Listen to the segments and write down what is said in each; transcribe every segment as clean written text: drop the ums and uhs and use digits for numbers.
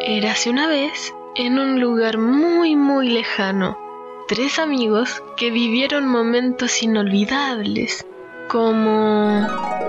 Érase una vez, en un lugar muy muy lejano, 3 amigos que vivieron momentos inolvidables, como...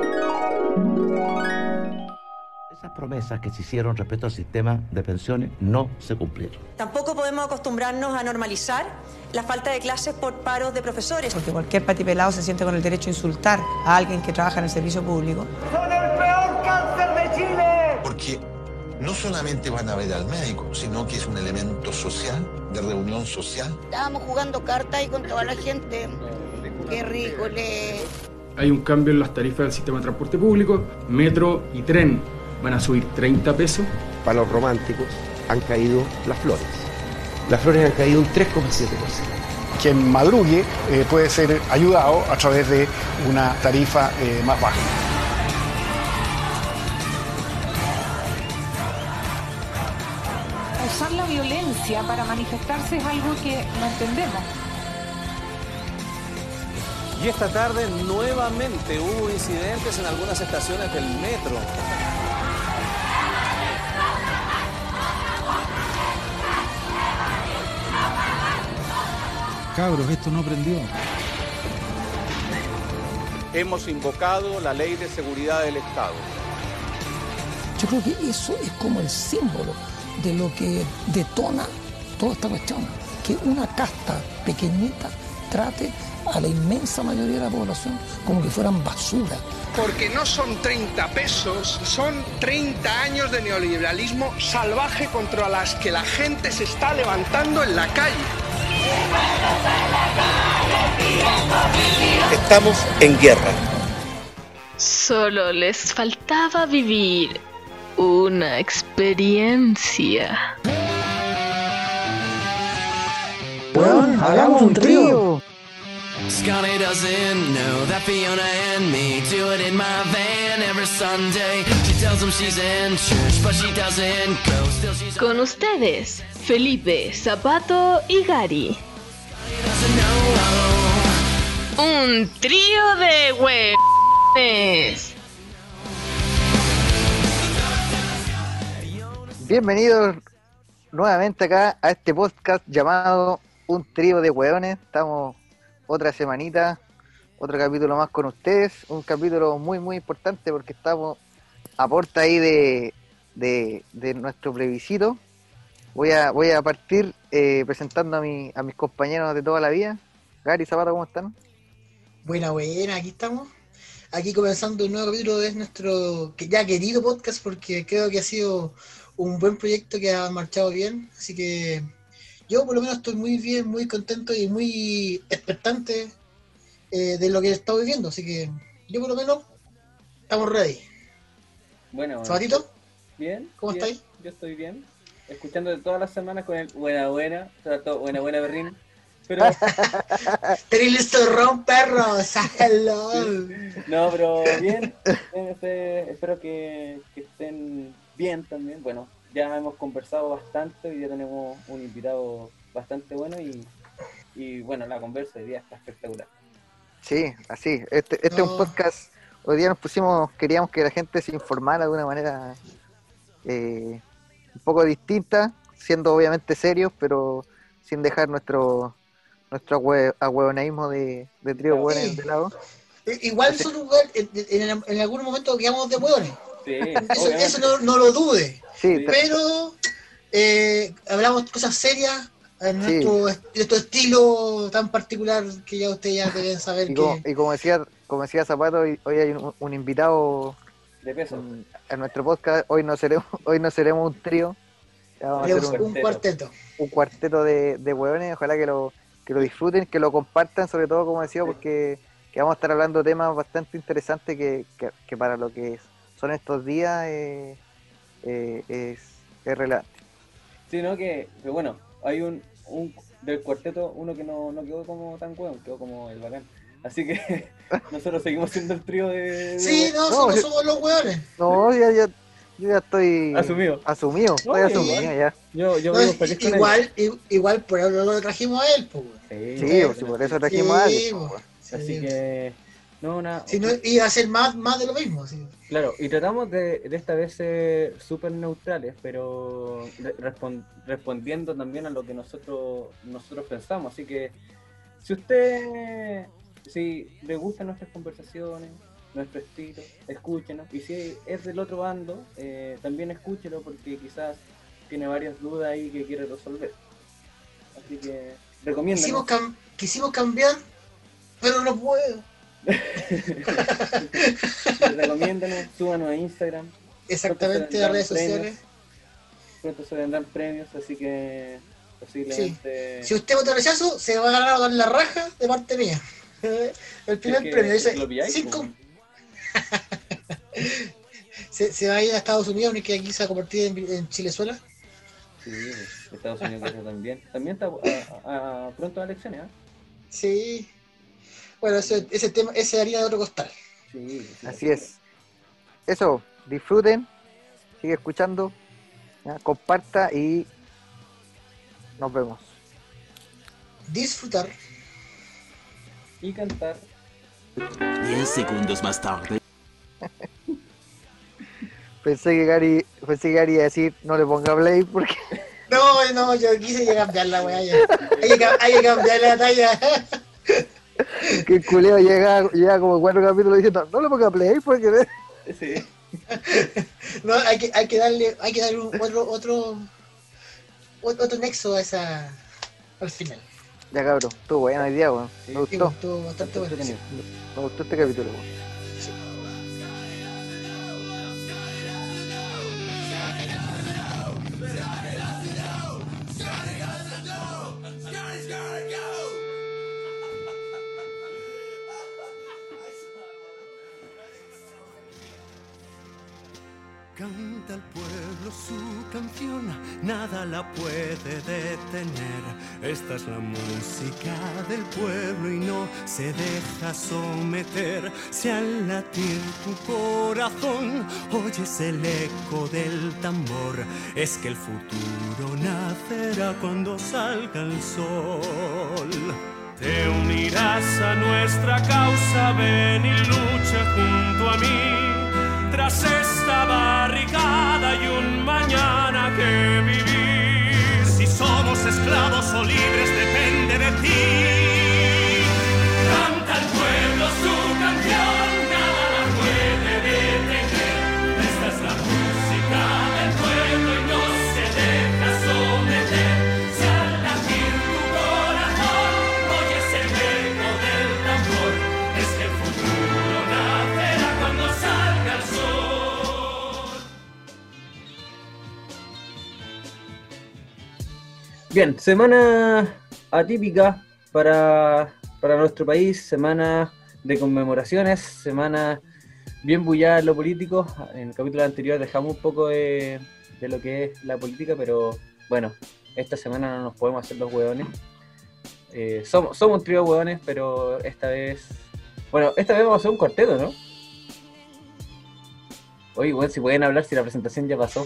Esas promesas que se hicieron respecto al sistema de pensiones no se cumplieron. Tampoco podemos acostumbrarnos a normalizar la falta de clases por paros de profesores. Porque cualquier patipelado se siente con el derecho a insultar a alguien que trabaja en el servicio público. ¡Son el peor cáncer de Chile! Porque no solamente van a ver al médico, sino que es un elemento social, de reunión social. Estábamos jugando cartas ahí con toda la gente. Qué rico, Hay un cambio en las tarifas del sistema de transporte público, metro y tren van a subir 30 pesos. Para los románticos han caído las flores. Las flores han caído un 3,7%. Quien madrugue puede ser ayudado a través de una tarifa más baja. Usar la violencia para manifestarse es algo que no entendemos. Y esta tarde nuevamente hubo incidentes en algunas estaciones del metro. Cabros, esto no prendió. Hemos invocado la ley de seguridad del Estado. Yo creo que eso es como el símbolo de lo que detona toda esta cuestión. Que una casta pequeñita trate a la inmensa mayoría de la población como que fueran basura. Porque no son 30 pesos, son 30 años de neoliberalismo salvaje contra las que la gente se está levantando en la calle. Estamos en guerra. Solo les faltaba vivir una experiencia. Bueno, hagamos un trío. Scotty doesn't know that Fiona and me do it in my van every Sunday. She tells him she's in church, but she doesn't go. Still she's Con ustedes, Felipe, Zapato y Gary. Un trío de huevones. Bienvenidos nuevamente acá a este podcast llamado Un trío de hueones. Estamos otra semanita, otro capítulo más con ustedes, un capítulo muy muy importante porque estamos a puerta ahí de nuestro plebiscito. Voy a partir presentando a mis compañeros de toda la vida. Gary, Zapata, ¿cómo están? Buena, aquí estamos. Aquí comenzando un nuevo capítulo de nuestro ya querido podcast, porque creo que ha sido un buen proyecto que ha marchado bien. Así que yo por lo menos estoy muy bien, muy contento y muy expectante de lo que he estado viviendo. Así que yo por lo menos estamos ready. Bueno, ¿Zapatito? Bien. ¿Cómo bien, estáis? Yo estoy bien. Escuchándote todas las semanas con el buena, trato buena berrín. Pero... ¡Tenéis zorrón, perro! ¡Sácalo! No, pero bien. Espero que estén bien también. Bueno, ya hemos conversado bastante y ya tenemos un invitado bastante bueno y bueno, la conversa hoy día está espectacular. Sí, así. Este es un podcast. Hoy día queríamos que la gente se informara de una manera un poco distinta, siendo obviamente serios, pero sin dejar nuestro ahueoneísmo de trío hueones de lado. Igual nosotros en algún momento quedamos de hueones. Sí, eso no lo dude. Sí, pero hablamos cosas serias en nuestro estilo tan particular que ya ustedes ya deben saber. Y como decía Zapato, hoy hay un invitado de peso en nuestro podcast. Hoy no seremos un trío, vamos a hacer un cuarteto. Un cuarteto de hueones. Ojalá que lo disfruten, que lo compartan, sobre todo, como decía, porque que vamos a estar hablando de temas bastante interesantes que para lo que son estos días es relevante. Sí, ¿no? Que bueno, hay un del cuarteto, uno que no quedó como tan hueón, quedó como el bacán. Así que nosotros seguimos siendo el trío de sí, somos los hueones. No, yo ya estoy asumido. Estoy asumido ya. Yo igual por eso lo trajimos a él, pues. Sí, por eso trajimos a él. Así que No, si no, iba a ser más de lo mismo. Sí. Claro, y tratamos de esta vez ser súper neutrales, pero respondiendo también a lo que nosotros pensamos. Así que si le gustan nuestras conversaciones, nuestro estilo, escúchenos. Y si es del otro bando, también escúchelo, porque quizás tiene varias dudas ahí que quiere resolver. Así que recomiendo. Quisimos cambiar, pero no puedo. Recomiéndanos, súbanos a Instagram. Exactamente, a redes sociales. Pronto se vendrán premios, así que posiblemente... Sí. Si usted vota rechazo, se va a ganar la raja de parte mía. El primer premio. Se va a ir a Estados Unidos, ni que aquí se va a convertir en Chilezuela. Sí, Estados Unidos también. También está pronto a elecciones, ¿eh? Sí. Bueno, ese tema, ese haría de otro costal. Sí, así es. Eso, disfruten, sigue escuchando, ¿ya? Comparta y nos vemos. Disfrutar. Y cantar. 10 segundos más tarde. Pensé que Gary iba a decir no le ponga play porque... No, yo quise cambiar la weá ya. Hay que cambiar la talla. Que el culeo llega como 4 capítulos diciendo no le ponga play porque... Sí. No, hay que darle otro nexo a esa al final. Ya cabrón, estuvo buena idea, weón. Me gustó. Estuvo bastante bueno. Sí. Me gustó este capítulo, weón. Sí. Canta el pueblo su canción, nada la puede detener. Esta es la música del pueblo y no se deja someter. Si al latir tu corazón oyes el eco del tambor, es que el futuro nacerá cuando salga el sol. Te unirás a nuestra causa, ven y lucha junto a mí. Tras esta barricada y un mañana que vivir. Si somos esclavos o libres depende de ti. Canta el pueblo su canción, nada la puede detener. Esta es la música del pueblo y no se deja someter. Si al latir tu corazón oyes el eco del tambor, es que el futuro nacerá cuando salga el sol. Bien, semana atípica para nuestro país, semana de conmemoraciones, semana bien bullada en lo político. En el capítulo anterior dejamos un poco de lo que es la política, pero bueno, esta semana no nos podemos hacer los hueones. Somos un trío de hueones, pero esta vez vamos a hacer un cuarteto, ¿no? Oye, bueno, si pueden hablar, si la presentación ya pasó.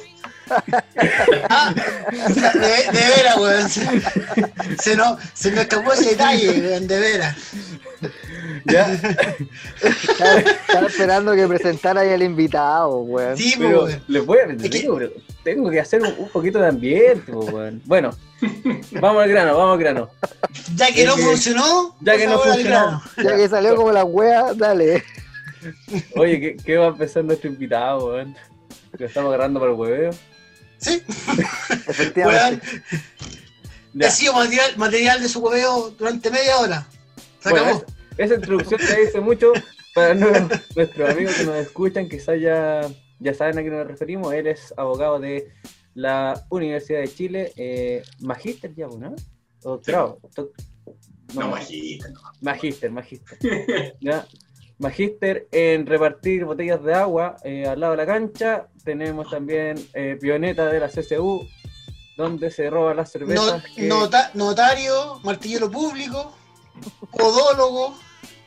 De veras, weón. Se nos escapó ese detalle, weón, de veras. Ya. Estaba esperando que presentara ahí al invitado, weón. Sí, pero weón. les voy a pedir, pero tengo que hacer un poquito de ambiente, weón. Bueno, vamos al grano. Ya que no funcionó, ya que no funcionó, ya que salió como la wea, dale. Oye, ¿qué va a empezar nuestro invitado, weón? ¿Lo estamos agarrando para el hueveo? Sí. Efectivamente. Ha sido material de su hueveo durante media hora. Se bueno, acabó. Esa introducción te dice mucho para nuestros amigos que nos escuchan, quizás ya saben a qué nos referimos. Él es abogado de la Universidad de Chile, magíster ya, ¿no? Doctorado. No, magíster. No. Magíster. ¿Ya? Magíster en repartir botellas de agua al lado de la cancha. Tenemos también pioneta de la CCU, donde se roba las cervezas. Notario, martillero público, podólogo,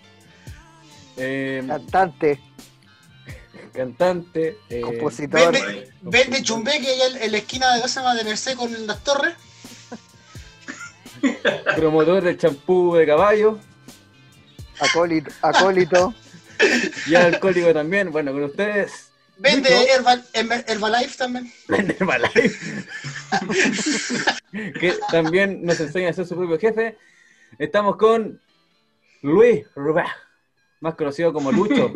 cantante, compositor. Vende chumbeque en la esquina de Merced con las torres. Promotor de champú de caballo. Acólito. Y alcohólico también, bueno, con ustedes. Vende Herbalife también. Vende Herbalife. Que también nos enseña a ser su propio jefe. Estamos con Luis Rubá, más conocido como Lucho.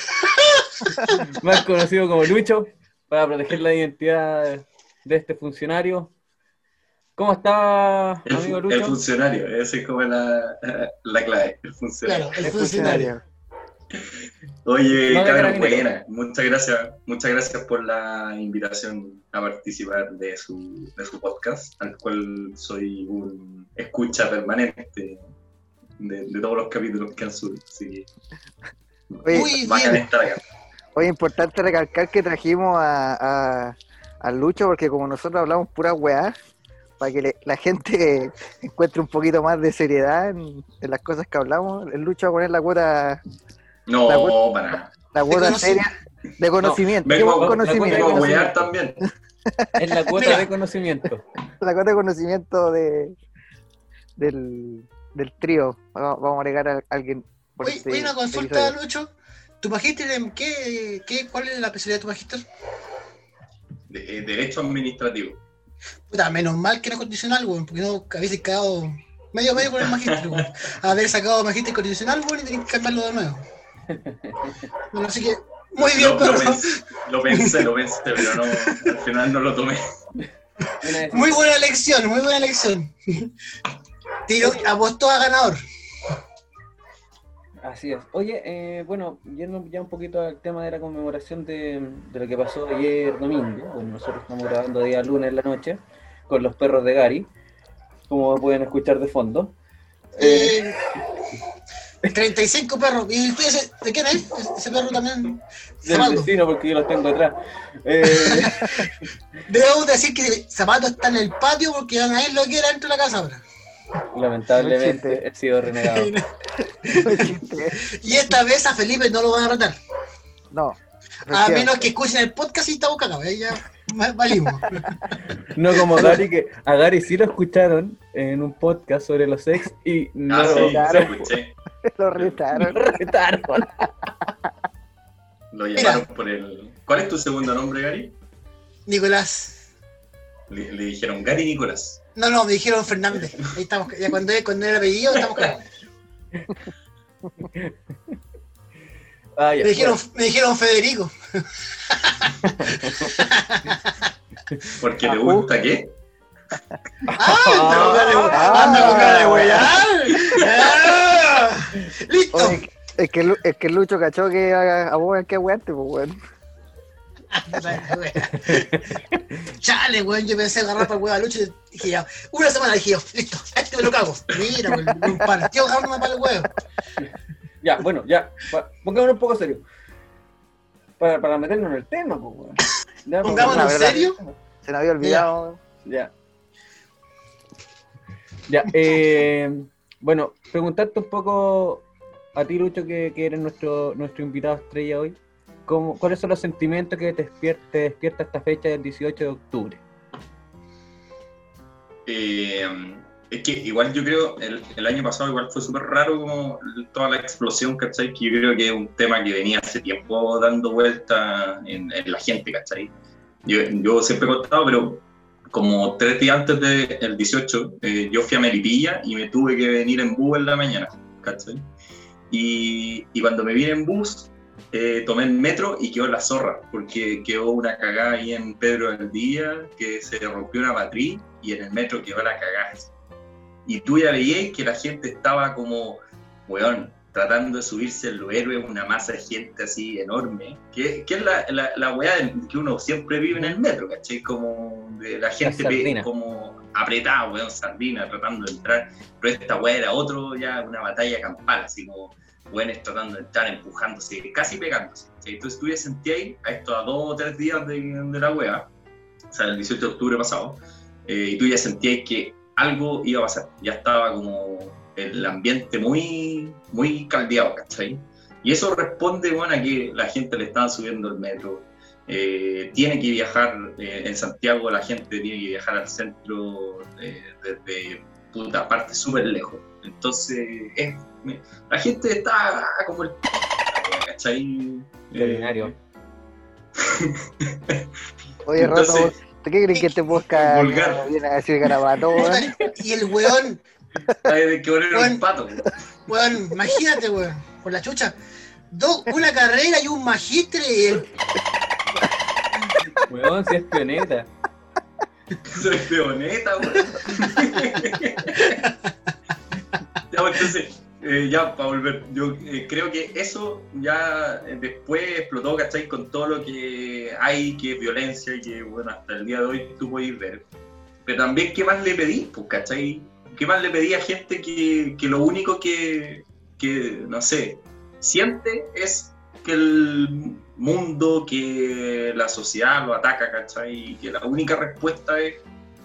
Más conocido como Lucho, para proteger la identidad de este funcionario. ¿Cómo está, amigo Lucho? El funcionario, esa es como la clave, el funcionario. Claro, el funcionario. Oye, No, cabrón, buena. Muchas gracias por la invitación a participar de su podcast, al cual soy un escucha permanente de todos los capítulos que han subido. Así que Oye, bacán estar acá. Oye, importante recalcar que trajimos a Lucho porque como nosotros hablamos pura weá, para que la gente encuentre un poquito más de seriedad en las cosas que hablamos, el Lucho va a poner la cuota... No, para nada. La cuota seria de conocimiento. Vengo conocimiento. a wear también. Es la cuota de conocimiento. La cuota de conocimiento del trío. Vamos a agregar a alguien. Oye, una consulta, Lucho. ¿Tu magíster en qué? ¿Cuál es la especialidad de tu magíster? Derecho administrativo. Puta, menos mal que no es constitucional, weón, porque no habéis quedado medio con el magíster, weón. Haber sacado magíster constitucional, weón, y tenéis que cambiarlo de nuevo. Bueno, así que, muy bien, Lo pensé, pero no, al final no lo tomé. Muy buena elección. Tiro, apostó a ganador. Así es. Oye, bueno, yendo ya un poquito al tema de la conmemoración de lo que pasó ayer domingo. Bueno, nosotros estamos grabando día lunes en la noche con los perros de Gary, como pueden escuchar de fondo. 35 perros. ¿Y tú de quién es? Ese perro también. Del vecino, porque yo los tengo atrás. Debo decir que Zapato está en el patio porque nadie lo quiere dentro de la casa ahora. Lamentablemente he sido renegado. Y esta vez a Felipe no lo van a retar. No. A menos que escuchen el podcast y estamos cagados. Ya valimos. No como Gary, que a Gary sí lo escucharon en un podcast sobre los ex y no lo escuché. Lo retaron. Lo llamaron por el... ¿Cuál es tu segundo nombre, Gary? Nicolás. Le dijeron Gary Nicolás. No, me dijeron Fernández. Ahí estamos, ya cuando era el apellido estamos cagados. Me dijeron Federico. ¿Porque te gusta qué? ¡Anda con cara de huear! ¡Listo! Oye, es que Lucho cachó que a vos hay que huearte, pues, weón. Chale, weón, yo pensé agarrar para el huevo a Lucho y dije ya, una semana dije yo, listo, este me lo cago. Mira, weón, partió agarrándome para el huevo. Ya, bueno, ya, pongámonos un poco serio. Para meternos en el tema, pues, weón. ¿Pongámonos en serio? Se me había olvidado. Ya. Bueno, preguntarte un poco a ti, Lucho, que eres nuestro invitado estrella hoy. ¿Cuáles son los sentimientos que te despierta esta fecha del 18 de octubre? Es que igual yo creo, el año pasado igual fue súper raro como toda la explosión, ¿cachai? Que yo creo que es un tema que venía hace tiempo dando vuelta en la gente, ¿cachai? Yo siempre he contado, pero como 3 días antes del 18, yo fui a Melipilla y me tuve que venir en bus en la mañana, ¿cachai? Y cuando me vine en bus, tomé el metro y quedó la zorra, porque quedó una cagada ahí en Pedro del Día, que se rompió una matriz y en el metro quedó la cagada. Y tú ya veías que la gente estaba como, weón, tratando de subirse en los héroes, una masa de gente así enorme, que es la weá que uno siempre vive en el metro, ¿cachai? Como de la gente como apretada, weón, sardina, tratando de entrar, pero esta weá era una batalla campal, así como weones tratando de entrar, empujándose, casi pegándose, ¿cachai? Entonces tú ya sentías ahí, a esto a 2 o 3 días de la weá, o sea, el 18 de octubre pasado, y tú ya sentías que algo iba a pasar, ya estaba como el ambiente muy, muy caldeado, ¿cachai? Y eso responde, bueno, a que la gente le estaba subiendo el metro, tiene que viajar, en Santiago la gente tiene que viajar al centro desde puta parte súper lejos, entonces la gente está como el... ¿cachai? Ordinario. Oye, Rato, ¿qué crees que este podcast viene a decir garabato, weón? Y el weón. Hay que poner un pato. Weón, imagínate, weón, por la chucha. Una carrera y un magíster y el... Weón, si es pioneta. Soy peoneta, weón. Ya, entonces, ya, para volver, yo creo que eso ya después explotó, ¿cachai? Con todo lo que hay, que es violencia y que, bueno, hasta el día de hoy tú podés ver. Pero también, ¿qué más le pedís, pues, cachai? ¿Qué más le pedí a gente que lo único que, no sé, siente es que el mundo, que la sociedad lo ataca, ¿cachai? Y que la única respuesta es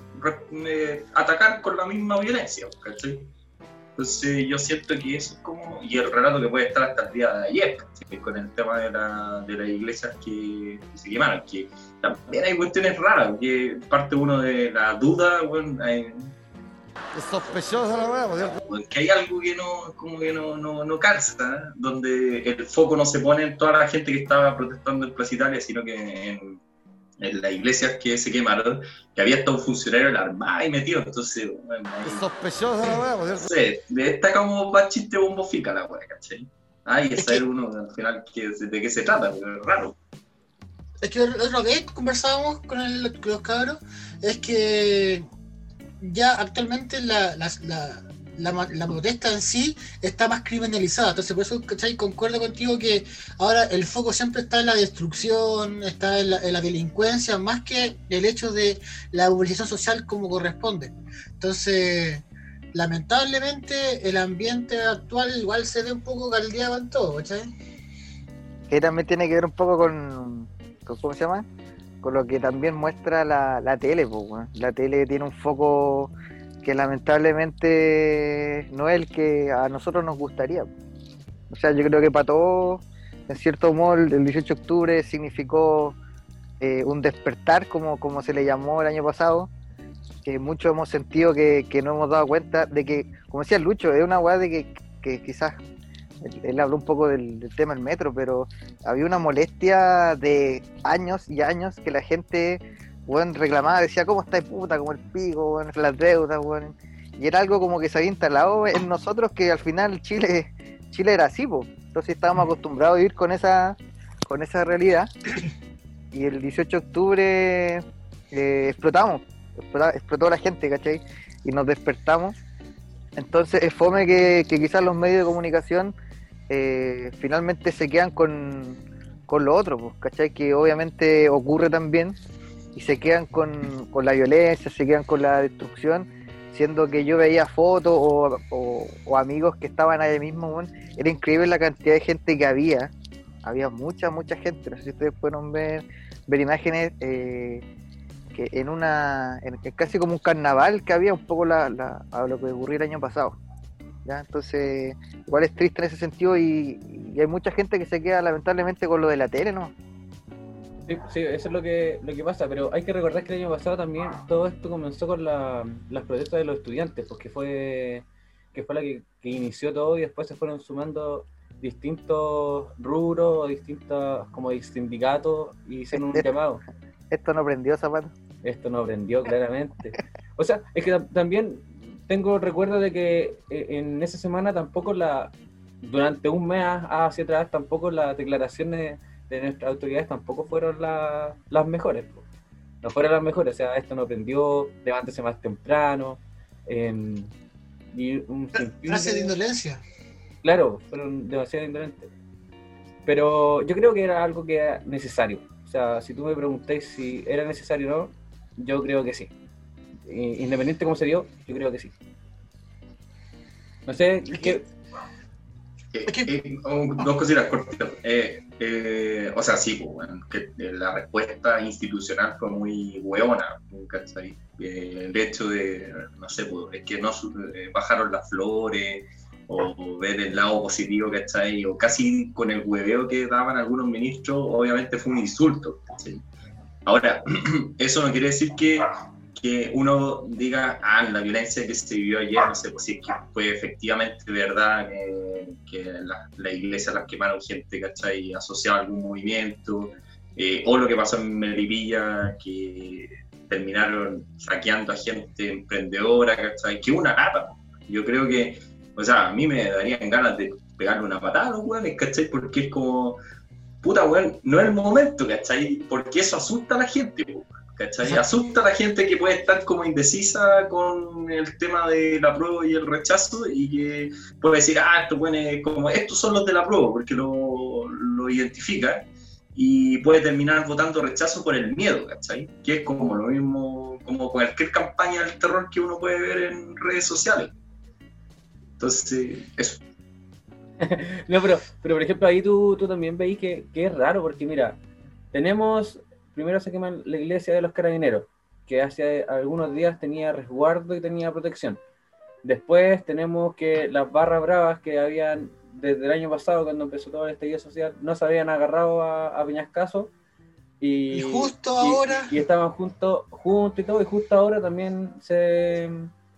atacar con la misma violencia, ¿cachai? Entonces yo siento que eso es como, y el relato que puede estar hasta el día de ayer, ¿cachai? Con el tema de las iglesias que se quemaron, que también hay cuestiones raras, que parte uno de la duda, bueno, es sospechosa la weá, que hay algo que no calza, ¿eh? Donde el foco no se pone en toda la gente que estaba protestando en Plaza Italia, sino que en las iglesias que se quemaron, que había hasta un funcionario de la Armada y metido, entonces, bueno, ahí, sospechosa la weá, no sé, está como más chiste bombo fica la weá, ¿cachai? Hay que saber uno al final de qué se trata, pero es raro. Es que lo que conversábamos con los cabros es que ya actualmente la protesta en sí está más criminalizada, entonces por eso, ¿cachai? Concuerdo contigo que ahora el foco siempre está en la destrucción, está en la delincuencia, más que el hecho de la movilización social como corresponde. Entonces, lamentablemente, el ambiente actual igual se ve un poco caldeado en todo, ¿cachai? Que también tiene que ver un poco con ¿cómo se llama? Con lo que también muestra la tele, pues, weón. La tele tiene un foco que lamentablemente no es el que a nosotros nos gustaría. O sea, yo creo que para todos, en cierto modo, el 18 de octubre significó un despertar, como se le llamó el año pasado, que muchos hemos sentido que no hemos dado cuenta de que, como decía Lucho, es una weá de que quizás, él habló un poco del tema del metro, pero había una molestia de años y años que la gente, bueno, reclamaba, decía, ¿cómo está puta? Como el pico, bueno, las deudas, bueno. Y era algo como que se había instalado en nosotros, que al final Chile era así, pues. Entonces estábamos acostumbrados a vivir con esa realidad. Y el 18 de octubre explotó la gente, ¿cachai? Y nos despertamos. Entonces es fome que quizás los medios de comunicación finalmente se quedan con lo otro, pues, ¿cachai? Que obviamente ocurre también, y se quedan con la violencia, se quedan con la destrucción, siendo que yo veía fotos o amigos que estaban ahí mismo, bueno, era increíble la cantidad de gente que había mucha gente, no sé si ustedes pudieron ver imágenes que en casi como un carnaval que había un poco a lo que ocurrió el año pasado, ¿ya? Entonces igual es triste en ese sentido y hay mucha gente que se queda lamentablemente con lo de la tele, ¿no? Sí, eso es lo que pasa, pero hay que recordar que el año pasado también todo esto comenzó con las protestas de los estudiantes, porque fue la que inició todo, y después se fueron sumando distintos rubros, distintos como sindicatos, y hicieron un llamado. Esto no prendió, Zapato. Esto no aprendió, claramente. O sea, es que también tengo recuerdo de que en esa semana tampoco durante un mes hacia atrás, tampoco las declaraciones de nuestras autoridades tampoco fueron las mejores. No fueron las mejores, o sea, esto no aprendió, levántese más temprano. Y frase de indolencia. Claro, fueron demasiado indolentes. Pero yo creo que era algo que era necesario. O sea, si tú me preguntáis si era necesario o no, yo creo que sí. Independiente de cómo se dio, yo creo que sí. No sé, dos cositas cortitas. O sea, sí, pues, bueno, que la respuesta institucional fue muy hueona, ¿cachai? El hecho de, no sé, pues, es que no bajaron las flores, o ver el lado positivo, ¿cachai? O casi con el hueveo que daban algunos ministros, obviamente fue un insulto, ¿cachai? Ahora, eso no quiere decir que que uno diga, la violencia que se vivió ayer, no sé, pues si es que fue efectivamente verdad que la iglesia las quemaron gente, ¿cachai? Asociada a algún movimiento, o lo que pasó en Melipilla, que terminaron saqueando a gente emprendedora, ¿cachai? Que una lata. Yo creo que, o sea, a mí me darían ganas de pegarle una patada a los weones, ¿cachai? Porque es como, puta weón, no es el momento, ¿cachai? Porque eso asusta a la gente, ¿cachai? Asusta a la gente que puede estar como indecisa con el tema del apruebo y el rechazo, y que puede decir, estos weones, como estos son los del apruebo, porque lo identifica, y puede terminar votando rechazo por el miedo, ¿cachai? Que es como lo mismo, como cualquier campaña del terror que uno puede ver en redes sociales. Entonces, eso. No, pero por ejemplo, ahí tú también veis que es raro, porque mira, primero se quema la iglesia de los Carabineros, que hace algunos días tenía resguardo y tenía protección. Después tenemos que las barras bravas que habían desde el año pasado, cuando empezó todo el estallido social, no se habían agarrado a Peñascaso, y justo ahora y estaban juntos y todo, y justo ahora también se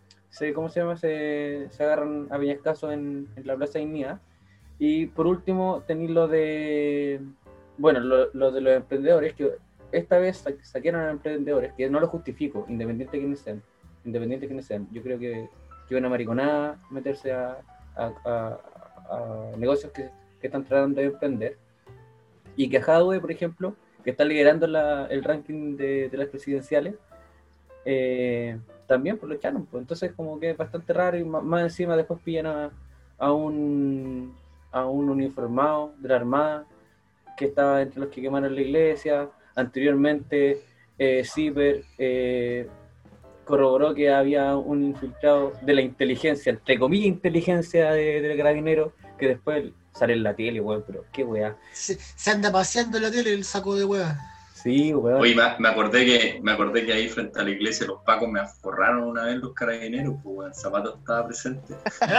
agarran a Peñascaso en la Plaza Dignidad. Y por último tenéis lo de los emprendedores, que esta vez saquearon a emprendedores, que no lo justifico, independiente de quiénes sean. Yo creo que es una mariconada meterse a negocios que están tratando de emprender. Y que a Jadwe, por ejemplo, que está liderando el ranking de las presidenciales, también pues lo echaron, pues. Entonces como que es bastante raro, y más encima después pillan a un uniformado de la Armada que estaba entre los que quemaron la iglesia. Anteriormente Ciber corroboró que había un infiltrado de la inteligencia, entre comillas inteligencia del Carabinero, que después sale en la tele, weón, pero qué weá. Se anda paseando en la tele el saco de weá. Sí, weón. Oye, me acordé que ahí frente a la iglesia los pacos me aforraron una vez los Carabineros, pues weón, Zapato estaba presente.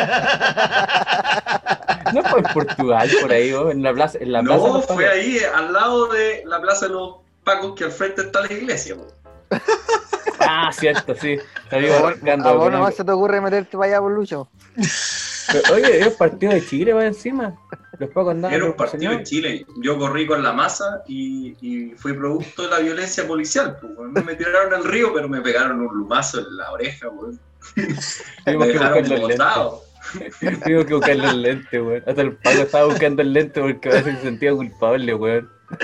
No fue en Portugal, por ahí, ¿no? En la plaza. No, fue ahí, al lado de la plaza de los pacos, que al frente está la iglesia, po. Cierto, sí. ¿A vos nomás se te ocurre meterte para allá, por Lucho? Pero, oye, era un partido de Chile va encima. Los pacos andaban. Era un partido de Chile. Yo corrí con la masa y fui producto de la violencia policial, pues. Me tiraron al río, pero me pegaron un lumazo en la oreja, weón. Me dejaron botado. Tengo que buscar los lentes, weón. Hasta el Paco estaba buscando el lente porque a veces se sentía culpable, weón.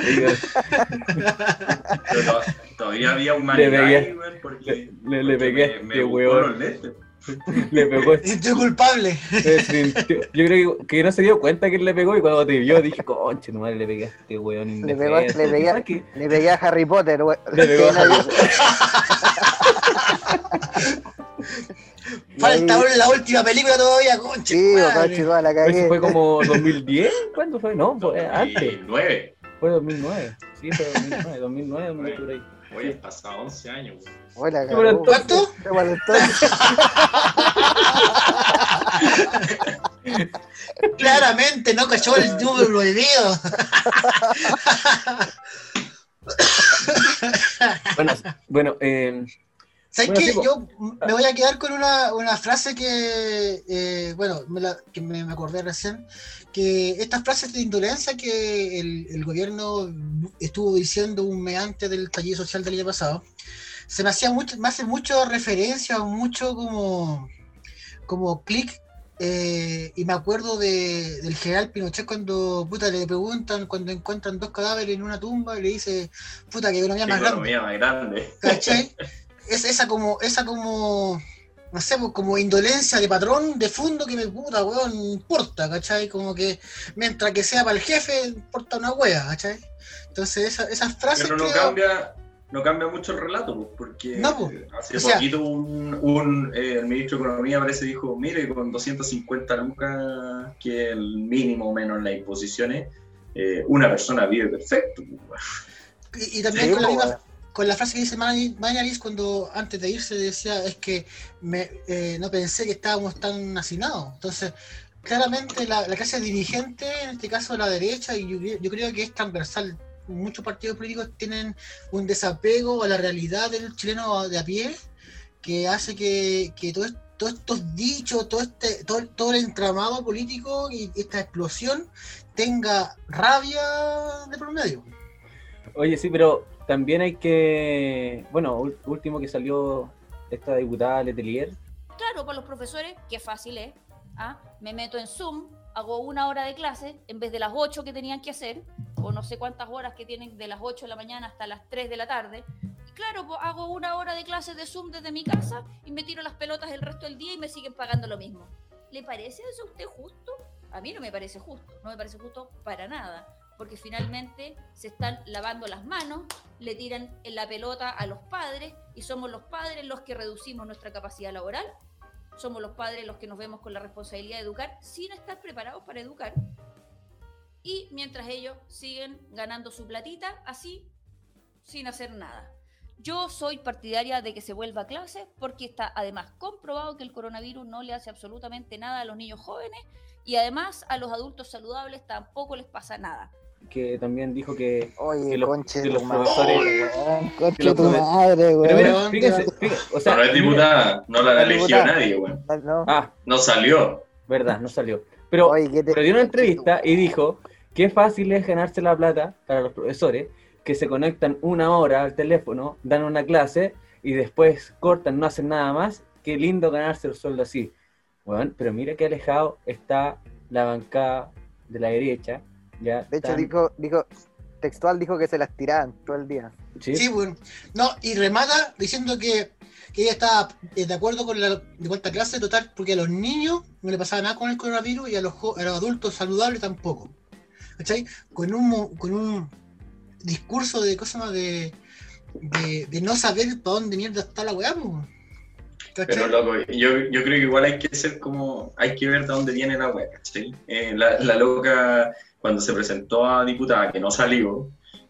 Pero todavía había un manigay, weón, porque le pegué me buscó los lentes. Le pegó. Estoy culpable. Yo creo que no se dio cuenta que él le pegó, y cuando te vio dije, conche, no le pegué a este weón. Le pegué a Harry Potter, weón. Le pegó a Harry Potter. Falta la última película todavía, conche. Sí, conche, toda la cagué. ¿Eso fue como 2010? ¿Cuándo fue? No, fue antes. 2009. Fue 2009. Sí, fue 2009, por ahí. Oye, han pasado 11 años, weón. Hola, ¿cuánto? Claramente no cayó el número prohibido. Bueno, ¿sabes qué? Sí, yo me voy a quedar con una frase que, que me acordé recién, que estas frases de indolencia que el gobierno estuvo diciendo un mes antes del estallido social del año pasado, me hace mucho referencia, mucho como clic, y me acuerdo del general Pinochet cuando le preguntan, cuando encuentran 2 cadáveres en una tumba, y le dice, puta, que economía más grande. ¿Cachai? Esa como no sé, como indolencia de patrón de fondo que me puta, weón, importa, ¿cachai? Como que mientras que sea para el jefe, importa una wea, ¿cachai? Entonces esas frases. Pero no cambia mucho el relato, porque hace poquito el ministro de Economía parece dijo, mire, con 250 lucas, que es el mínimo menos en las imposiciones, una persona vive perfecto. Y también con la frase que dice Mañalich cuando antes de irse decía, es que no pensé que estábamos tan hacinados. Entonces, claramente la clase dirigente, en este caso la derecha, y yo creo que es transversal muchos partidos políticos tienen un desapego a la realidad del chileno de a pie, que hace que todos estos dichos, todo el entramado político y esta explosión tenga rabia de por medio. Oye, sí, pero también hay que... Bueno, último que salió esta diputada Letelier. Claro, para los profesores, qué fácil es. Me meto en Zoom, hago 1 hora de clase en vez de las 8 que tenían que hacer, o no sé cuántas horas que tienen de las 8 de la mañana hasta las 3 de la tarde. Y claro, pues hago 1 hora de clase de Zoom desde mi casa y me tiro las pelotas el resto del día y me siguen pagando lo mismo. ¿Le parece eso a usted justo? A mí no me parece justo, no me parece justo para nada, porque finalmente se están lavando las manos, le tiran en la pelota a los padres y somos los padres los que reducimos nuestra capacidad laboral, somos los padres los que nos vemos con la responsabilidad de educar sin estar preparados para educar, y mientras ellos siguen ganando su platita así, sin hacer nada. Yo soy partidaria de que se vuelva a clase porque está además comprobado que el coronavirus no le hace absolutamente nada a los niños jóvenes y además a los adultos saludables tampoco les pasa nada. Que también dijo que, oye, que los profesores... Conche tu madre, güey. Pero mira, fíjense, o sea, no es diputada, no la eligió nadie, güey. No salió. Verdad, no salió. Pero dio una entrevista y dijo que fácil es ganarse la plata para los profesores que se conectan 1 hora al teléfono, dan una clase y después cortan, no hacen nada más. Qué lindo ganarse el sueldo así. Bueno, pero mira qué alejado está la bancada de la derecha. Ya de hecho, dijo textual, dijo que se las tiraban todo el día. Sí, bueno. No, y remata diciendo que ella estaba de acuerdo con la de vuelta a clase total, porque a los niños no le pasaba nada con el coronavirus y a los adultos saludables tampoco. ¿Cachai? Con un discurso de cosas más de no saber para dónde mierda está la weá, ¿cachai? Pero loco, yo creo que igual hay que ver de dónde viene la weá, ¿cachai? La loca, cuando se presentó a diputada, que no salió,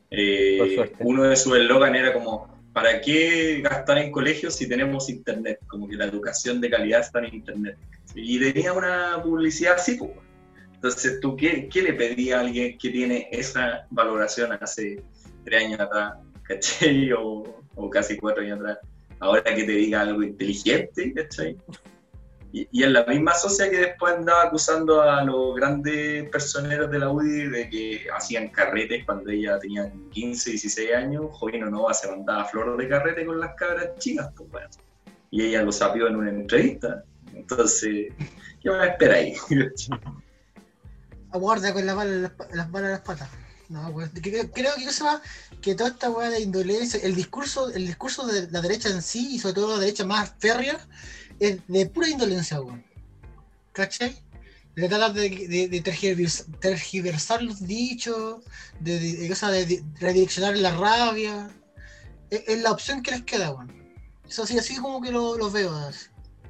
uno de sus eslogan era como, ¿para qué gastar en colegios si tenemos internet? Como que la educación de calidad está en internet. Y tenía una publicidad así, pues. Entonces, ¿tú qué le pedías a alguien que tiene esa valoración hace 3 años atrás, ¿cachai? O casi 4 años atrás, ahora que te diga algo inteligente, ¿cachai? Y es la misma socia que después andaba acusando a los grandes personeros de la UDI de que hacían carretes cuando ella tenía 15, 16 años. Jovino Nova se mandaba flor de carrete con las cabras chicas, pues bueno. Y ella lo sapió en una entrevista. Entonces, ¿qué van a esperar ahí? Aguarda con las balas a las patas. No, pues, creo que eso va, que toda esta weá de indolencia, el discurso de la derecha en sí, y sobre todo la derecha más férrea, es de pura indolencia, weón. ¿Cachai? De tratar de tergiversar los dichos, de redireccionar la rabia. Es la opción que les queda, weón. Eso así como que lo veo. Así.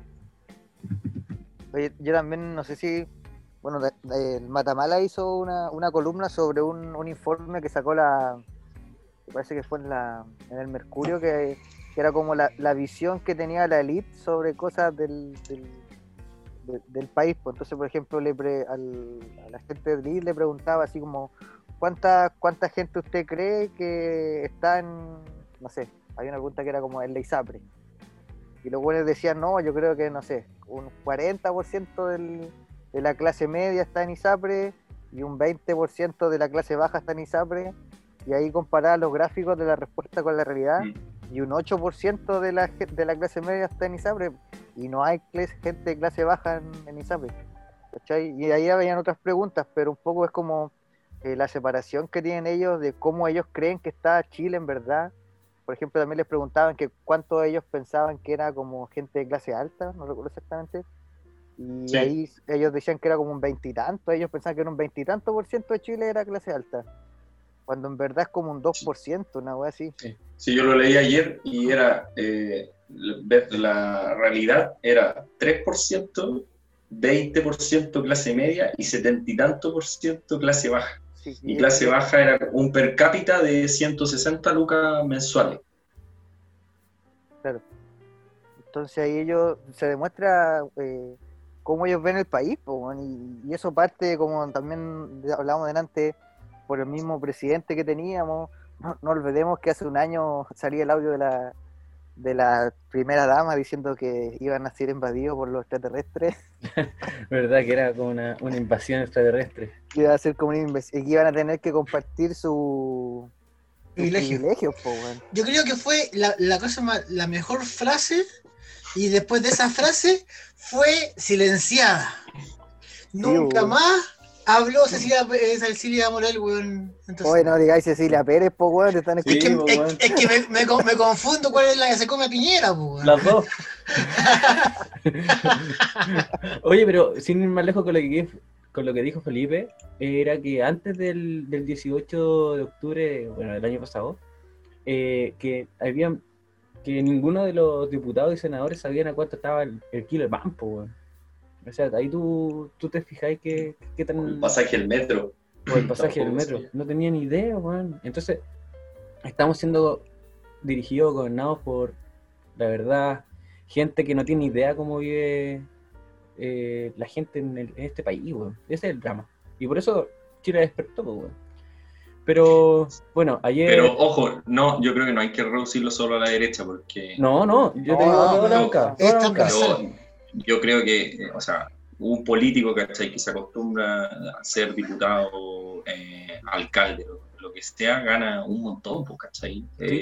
Oye, yo también no sé si... Bueno, el Matamala hizo una columna sobre un informe que sacó me parece que fue en el Mercurio, que era como la visión que tenía la élite sobre cosas del país. Pues entonces, por ejemplo, a la gente de élite le preguntaba así como, ¿cuánta gente usted cree que está en, no sé, hay una pregunta que era como en la ISAPRE? Y los buenos decían, no, yo creo que, no sé, un 40% de la clase media está en ISAPRE y un 20% de la clase baja está en ISAPRE, y ahí comparar los gráficos de la respuesta con la realidad, y un 8% de la clase media está en ISAPRE, y no hay gente de clase baja en ISAPRE, ¿cachai? Y ahí habían otras preguntas, pero un poco es como la separación que tienen ellos de cómo ellos creen que está Chile en verdad. Por ejemplo, también les preguntaban que cuántos de ellos pensaban que era como gente de clase alta, no recuerdo exactamente. Y sí, ahí ellos decían que era como un 20 y tanto, ellos pensaban que era un 20 y tanto % de Chile era clase alta, cuando en verdad es como un 2%, una wea así. Sí, yo lo leí ayer y era, la realidad era 3%, 20% clase media y 70 y tanto % clase baja. Sí, y clase baja era un per cápita de 160 lucas mensuales. Claro. Entonces ahí ellos se demuestra cómo ellos ven el país, y eso parte, como también hablábamos delante, por el mismo presidente que teníamos. No olvidemos que hace un año salía el audio de la primera dama diciendo que iban a ser invadidos por los extraterrestres. ¿Verdad? Que era como una invasión extraterrestre. Iba a ser como y que iban a tener que compartir sus privilegios, po, weón. Yo creo que fue la mejor frase, y después de esa frase fue silenciada. Nunca más habló Cecilia Morel, weón. Entonces, oye, no digáis Cecilia Pérez, po, weón, te están escuchando. Es que me confundo cuál es la que se come a Piñera, po, weón. Las dos. Oye, pero sin ir más lejos con lo que dijo Felipe, era que antes del 18 de octubre, bueno, del año pasado, que ninguno de los diputados y senadores sabían a cuánto estaba el kilo de pan, po, weón. O sea, ahí tú te fijáis qué tan... El pasaje del metro. O el pasaje del metro. No tenía ni idea, weón. Entonces, estamos siendo dirigidos, gobernados por, la verdad, gente que no tiene idea cómo vive la gente en este país, weón. Ese es el drama. Y por eso Chile despertó, weón. Pero, bueno, ayer... Pero, ojo, no, yo creo que no hay que reducirlo solo a la derecha, porque... No, yo te digo toda la banca. Yo creo que, o sea, un político, ¿cachai?, que se acostumbra a ser diputado, alcalde, lo que sea, gana un montón, ¿cachai?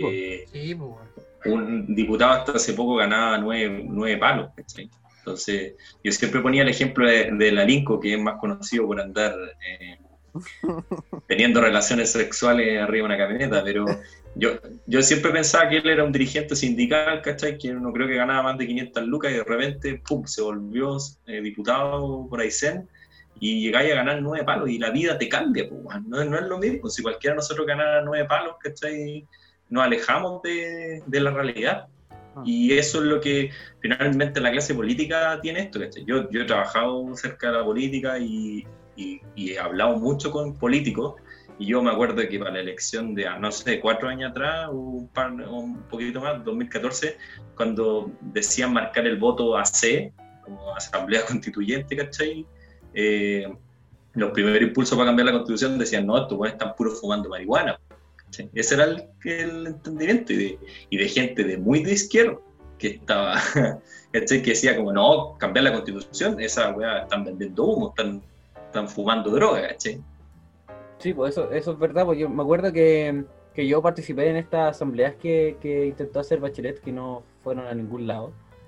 Un diputado hasta hace poco ganaba 9 palos, ¿cachai? Entonces, yo siempre ponía el ejemplo de Lalinco, que es más conocido por andar teniendo relaciones sexuales arriba de una camioneta, pero yo siempre pensaba que él era un dirigente sindical, ¿cachai? Que no creo que ganaba más de 500 lucas y de repente, pum, se volvió diputado por Aysén y llegáis a ganar 9 palos y la vida te cambia, pues, no es lo mismo. Si cualquiera de nosotros ganara 9 palos, ¿cachai? Nos alejamos de la realidad. Y eso es lo que finalmente la clase política tiene esto, ¿cachai? Yo he trabajado cerca de la política y he hablado mucho con políticos, y yo me acuerdo que para la elección de, no sé, 4 años atrás, un poquito más, 2014, cuando decían marcar el voto AC, como Asamblea Constituyente, ¿cachai? Los primeros impulsos para cambiar la Constitución decían, no, estos buenos están puros fumando marihuana, ¿cachai? Ese era el entendimiento, y de gente de muy de izquierda, que estaba, ¿cachai? Que decía como, no, cambiar la Constitución, esa weá, están vendiendo humo, están fumando droga, ¿cachai? Sí, pues eso es verdad, pues yo me acuerdo que yo participé en estas asambleas que intentó hacer Bachelet, que no fueron a ningún lado,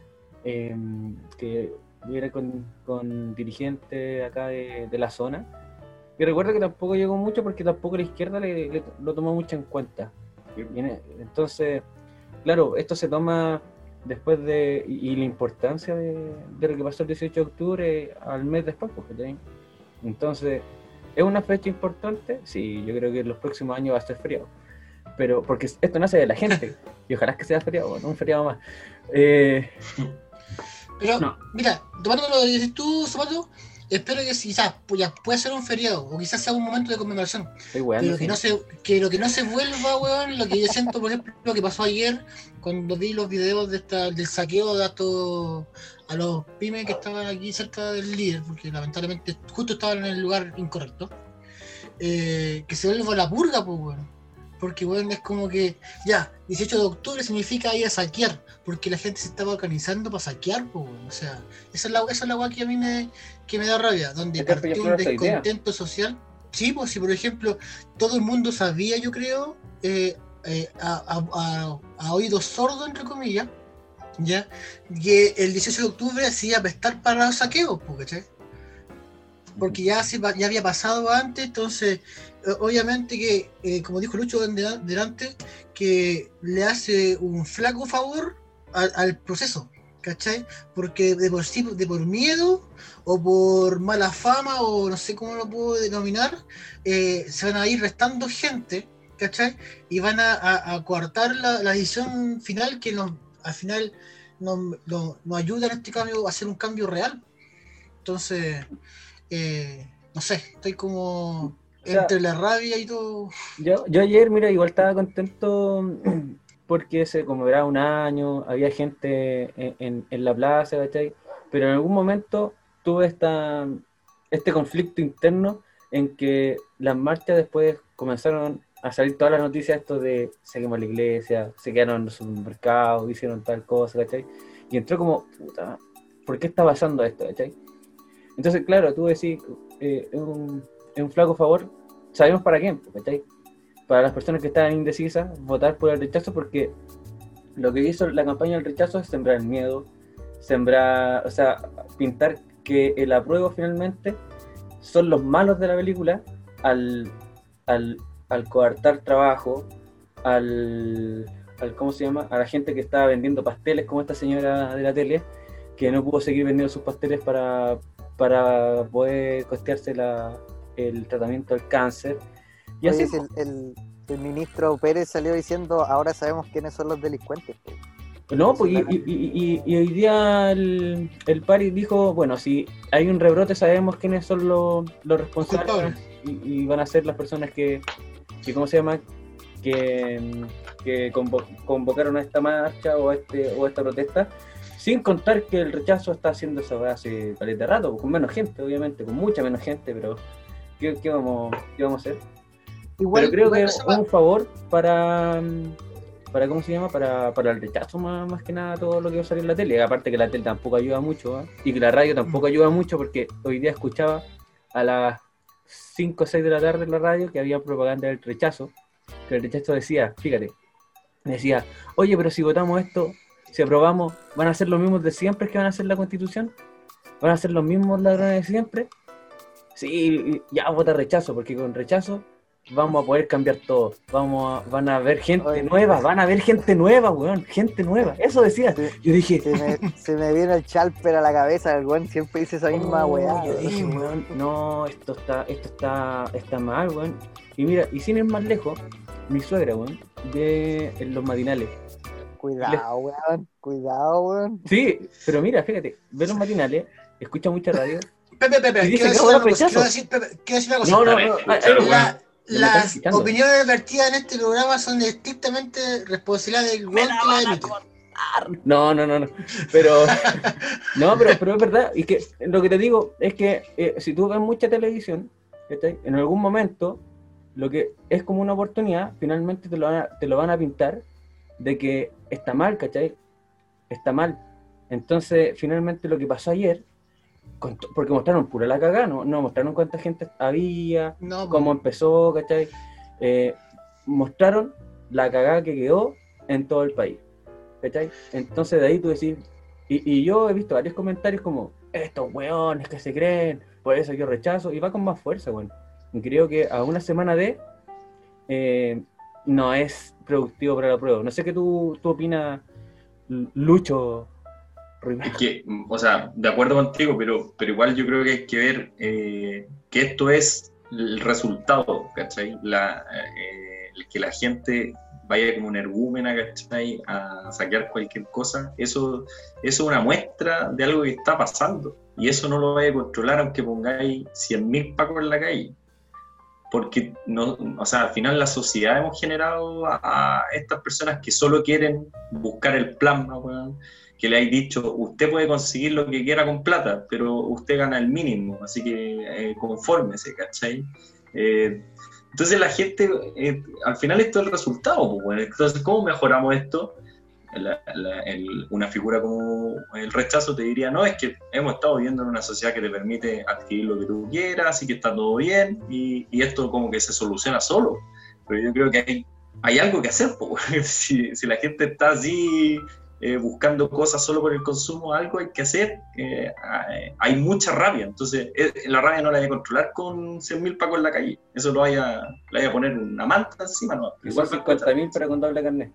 que era con dirigentes acá de la zona, y recuerdo que tampoco llegó mucho porque tampoco la izquierda lo tomó mucho en cuenta. Entonces, claro, esto se toma después y la importancia de lo que pasó el 18 de octubre al mes después, ¿sí? Entonces, ¿es una fecha importante? Sí, yo creo que en los próximos años va a ser feriado. Pero, porque esto nace de la gente, y ojalá que sea feriado, no un feriado más. Pero, no. Mira, tomando lo que dices tú, Zapato, espero que quizás pueda ser un feriado, o quizás sea un momento de conmemoración. Pero que lo que no se vuelva, weón, lo que yo siento, por ejemplo, lo que pasó ayer, cuando vi los videos del saqueo de datos a los pymes que estaban aquí cerca del líder, porque lamentablemente justo estaban en el lugar incorrecto, que se vuelva la purga, pues, weón. Porque, weón, es como que, 18 de octubre significa ir a saquear, porque la gente se estaba organizando para saquear, pues, weón. O sea, esa es la weá que a mí me da rabia, donde partió un descontento social. Sí, pues, si por ejemplo, todo el mundo sabía, yo creo, a oídos sordos, entre comillas, ya, que el 18 de octubre se iba a prestar para los saqueos, ¿cachai? Porque ya había pasado antes, entonces obviamente que, como dijo Lucho delante, que le hace un flaco favor al proceso, ¿cachai? Porque de por miedo o por mala fama, o no sé cómo lo puedo denominar, se van a ir restando gente, ¿cachai? Y van a coartar la decisión final que al final nos ayuda en este cambio a hacer un cambio real. Entonces, no sé, estoy como entre la rabia y todo. Yo ayer, mira, igual estaba contento porque se conmemoraba un año, había gente en la plaza, ¿cachai? Pero en algún momento tuve este conflicto interno en que las marchas después comenzaron a salir todas las noticias esto de saquemos la iglesia, se quedaron en los supermercados, hicieron tal cosa, ¿cachai? Y entró como, puta, ¿por qué está pasando esto, ¿cachai? Entonces, claro, tú decís, es un flaco favor, sabemos para quién, ¿cachai? Para las personas que estaban indecisas, votar por el rechazo, porque lo que hizo la campaña del rechazo es sembrar el miedo, o sea, pintar que el apruebo finalmente son los malos de la película al coartar trabajo, al ¿cómo se llama? A la gente que estaba vendiendo pasteles, como esta señora de la tele, que no pudo seguir vendiendo sus pasteles para poder costearse el tratamiento del cáncer. Y Oye, así, si el ministro Pérez salió diciendo, ahora sabemos quiénes son los delincuentes. no, pues, y hoy día el Pari dijo, bueno, si hay un rebrote sabemos quiénes son los responsables y van a ser las personas que ¿cómo se llama? Que convocaron a esta marcha o esta protesta, sin contar que el rechazo está haciendo esa hace caleta de rato, con menos gente, obviamente, con mucha menos gente, pero ¿qué vamos a hacer? Pero creo que es un favor para ¿cómo se llama? Para el rechazo más que nada todo lo que va a salir en la tele. Aparte que la tele tampoco ayuda mucho, ¿eh? Y que la radio tampoco ayuda mucho, porque hoy día escuchaba a las 5 o 6 de la tarde en la radio que había propaganda del rechazo, que el rechazo decía, fíjate, decía, oye, pero si votamos esto, si aprobamos, ¿van a ser los mismos de siempre que van a hacer la Constitución? ¿Van a ser los mismos ladrones de siempre? Sí, ya vota rechazo, porque con rechazo vamos a poder cambiar todo. Van a haber gente nueva, weón, gente nueva. Eso decía. Yo dije, se me viene el Chalper a la cabeza, el weón siempre dice esa misma weá. Yo dije, weón, no, esto está mal, weón. Y mira, y sin ir más lejos, mi suegra, weón, de los matinales. Cuidado, weón. Sí, pero mira, fíjate, ve los matinales, escucha mucha radio. Pepe, quiero decir una cosa. Las opiniones vertidas en este programa son estrictamente responsabilidad del weón que la emite. No. Pero es verdad. Y que lo que te digo es que si tú ves mucha televisión, ¿cachai? En algún momento, lo que es como una oportunidad, finalmente te lo van a pintar de que está mal, ¿cachai? Está mal. Entonces, finalmente lo que pasó ayer, porque mostraron pura la cagada, no mostraron cuánta gente había, cómo empezó, ¿cachai? Mostraron la cagada que quedó en todo el país, ¿cachai? Entonces de ahí tú decís, y yo he visto varios comentarios como, estos weones que se creen, por eso yo rechazo, y va con más fuerza, bueno. Y creo que a una semana no es productivo para la prueba. No sé qué tú opinas, Lucho. Es que, o sea, de acuerdo contigo, pero igual yo creo que hay que ver que esto es el resultado, ¿cachai? Que la gente vaya como una energúmena, ¿cachai? A saquear cualquier cosa, eso es una muestra de algo que está pasando, y eso no lo vaya a controlar aunque pongáis 100.000 pacos en la calle, porque no, o sea, al final la sociedad hemos generado a estas personas que solo quieren buscar el plasma, weón, que le hay dicho, usted puede conseguir lo que quiera con plata, pero usted gana el mínimo, así que confórmese, ¿cachai? Entonces la gente, al final esto es el resultado, pues, bueno. Entonces, ¿cómo mejoramos esto? Una figura como el rechazo te diría, no, es que hemos estado viviendo en una sociedad que te permite adquirir lo que tú quieras, así que está todo bien, y esto como que se soluciona solo. Pero yo creo que hay algo que hacer, pues. Si la gente está así buscando cosas solo por el consumo, algo hay que hacer. Hay mucha rabia, entonces la rabia no la hay que controlar con 100.000 pacos en la calle, eso le vaya a poner una manta encima, ¿no? Igual 50.000 para con doble carnet.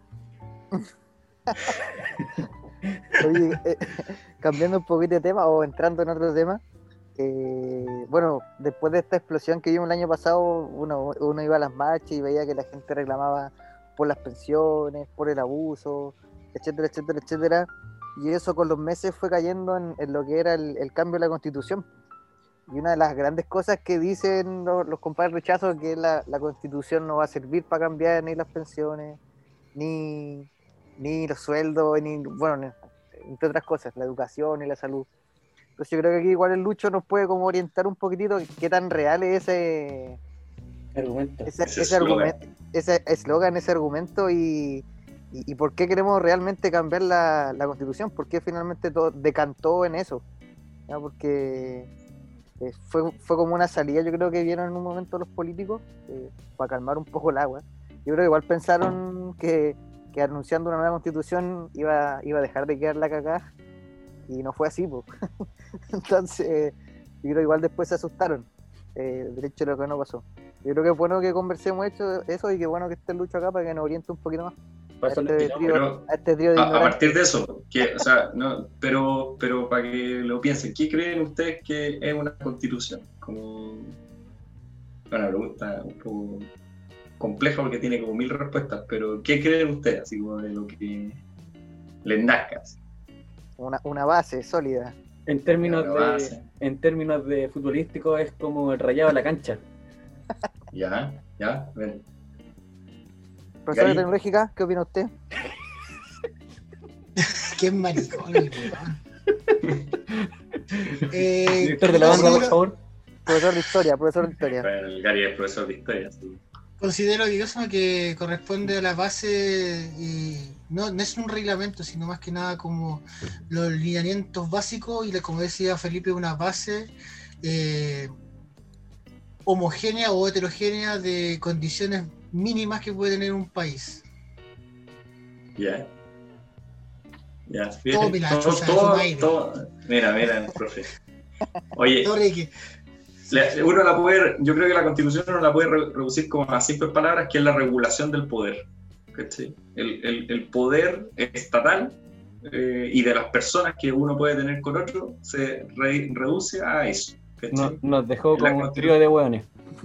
Oye, cambiando un poquito de tema o entrando en otro tema, bueno, después de esta explosión que vimos el año pasado, uno iba a las marchas y veía que la gente reclamaba por las pensiones, por el abuso, etcétera, y eso con los meses fue cayendo en lo que era el cambio de la Constitución. Y una de las grandes cosas que dicen los compadres Rechazo es que la Constitución no va a servir para cambiar ni las pensiones, ni los sueldos, entre otras cosas, la educación y la salud. Entonces yo creo que aquí igual el Lucho nos puede como orientar un poquitito qué tan real es ese argumento, ese eslogan, ese argumento y por qué queremos realmente cambiar la Constitución, por qué finalmente todo decantó en eso, ¿ya? Porque fue como una salida, yo creo que vieron en un momento los políticos para calmar un poco el agua. Yo creo que igual pensaron que anunciando una nueva Constitución iba a dejar de quedar la cagada y no fue así, pues. Entonces yo creo que igual después se asustaron, de hecho lo que no pasó. Yo creo que es bueno que conversemos eso y que bueno que esté el Lucho acá para que nos oriente un poquito más a este trío de a partir de eso, o sea, no, pero para que lo piensen, ¿qué creen ustedes que es una constitución? Como una pregunta un poco compleja porque tiene como 1000 respuestas, pero ¿qué creen ustedes? Así como de lo que les nazca. Una base sólida. En términos de futbolístico es como el rayado de la cancha. Ya, ven. Profesora de tecnológica, ¿qué opina usted? Qué maricón. Director de la banda, por favor. Profesor de historia. Bueno, el Gary es profesor de historia, sí. Considero que corresponde a la base y no es un reglamento, sino más que nada como los lineamientos básicos y como decía Felipe, una base homogénea o heterogénea de condiciones mínimas que puede tener un país. Ya. Todo. Mira, profe. Oye, Ricky. Yo creo que la Constitución uno la puede reducir como a simples palabras, que es la regulación del poder. ¿Cachai? El poder estatal y de las personas que uno puede tener con otro se reduce a eso. Nos dejó como un trío de hueones.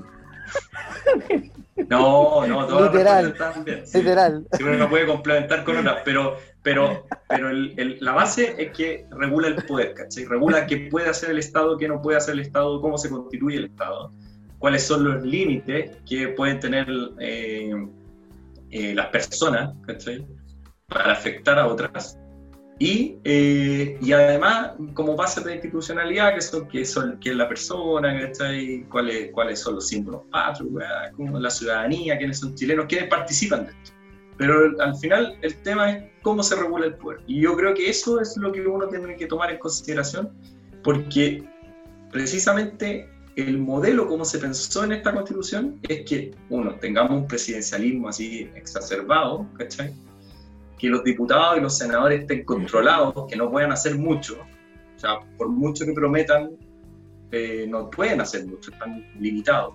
No, todas literal, las están bien. literal. Sí, uno no puede complementar con otras, pero la base es que regula el poder, ¿cachai? Regula qué puede hacer el Estado, qué no puede hacer el Estado, cómo se constituye el Estado, cuáles son los límites que pueden tener las personas, ¿cachai? Para afectar a otras. Y además, como base de institucionalidad, que es la persona, ¿cachai? ¿Cuáles son los símbolos patrios, como la ciudadanía, quiénes son chilenos, quiénes participan de esto. Pero al final el tema es cómo se regula el poder. Y yo creo que eso es lo que uno tiene que tomar en consideración, porque precisamente el modelo como se pensó en esta Constitución es que, tengamos un presidencialismo así exacerbado, ¿cachai? Que los diputados y los senadores estén controlados, que no puedan hacer mucho, o sea, por mucho que prometan, no pueden hacer mucho, están limitados.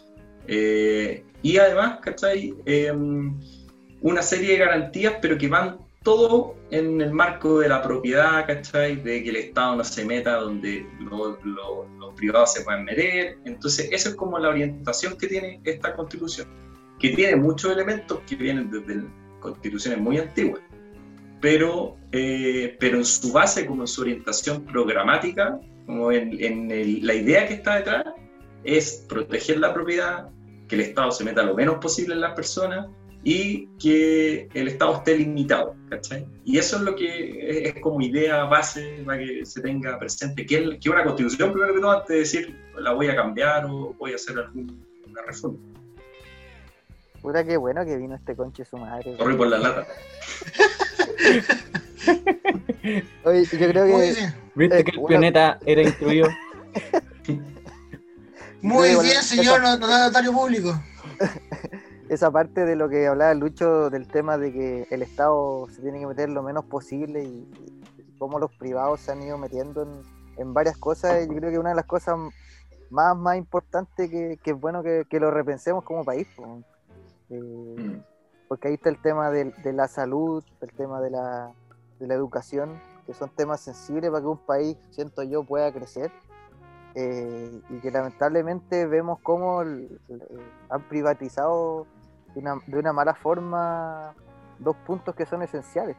Y además, ¿cachai? Una serie de garantías, pero que van todo en el marco de la propiedad, ¿cachai? De que el Estado no se meta donde los privados se pueden meter. Entonces, eso es como la orientación que tiene esta Constitución, que tiene muchos elementos que vienen desde constituciones muy antiguas, pero en su base, como en su orientación programática, como en la idea que está detrás, es proteger la propiedad, que el Estado se meta lo menos posible en las personas y que el Estado esté limitado, ¿cachai? Y eso es lo que es como idea base para que se tenga presente, que una constitución, primero que todo, antes de decir la voy a cambiar o voy a hacer alguna reforma. Puta, qué bueno que vino este conche su madre. Corre por la lata. Oye, yo creo que... ¿Viste que el planeta era instruido? Muy bien, señor notario público. Esa parte de lo que hablaba Lucho, del tema de que el Estado se tiene que meter lo menos posible y cómo los privados se han ido metiendo en varias cosas, yo creo que una de las cosas más importantes que es bueno que lo repensemos como país, porque ahí está el tema de la salud, el tema de la educación, que son temas sensibles para que un país, siento yo, pueda crecer. Y que lamentablemente vemos cómo han privatizado de una mala forma 2 puntos que son esenciales.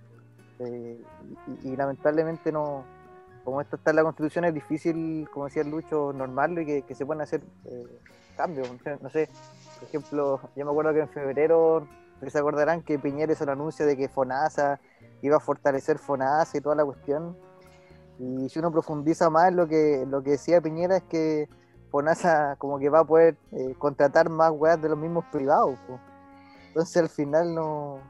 Y lamentablemente no, como esto está en la Constitución, es difícil, como decía Lucho, normarlo y que se puedan hacer cambios. No sé, por ejemplo, yo me acuerdo que en febrero, se acordarán que Piñera hizo el anuncio de que FONASA iba a fortalecer FONASA y toda la cuestión. Y si uno profundiza más en lo que decía Piñera, es que FONASA como que va a poder contratar más weas de los mismos privados, po. Entonces al final no...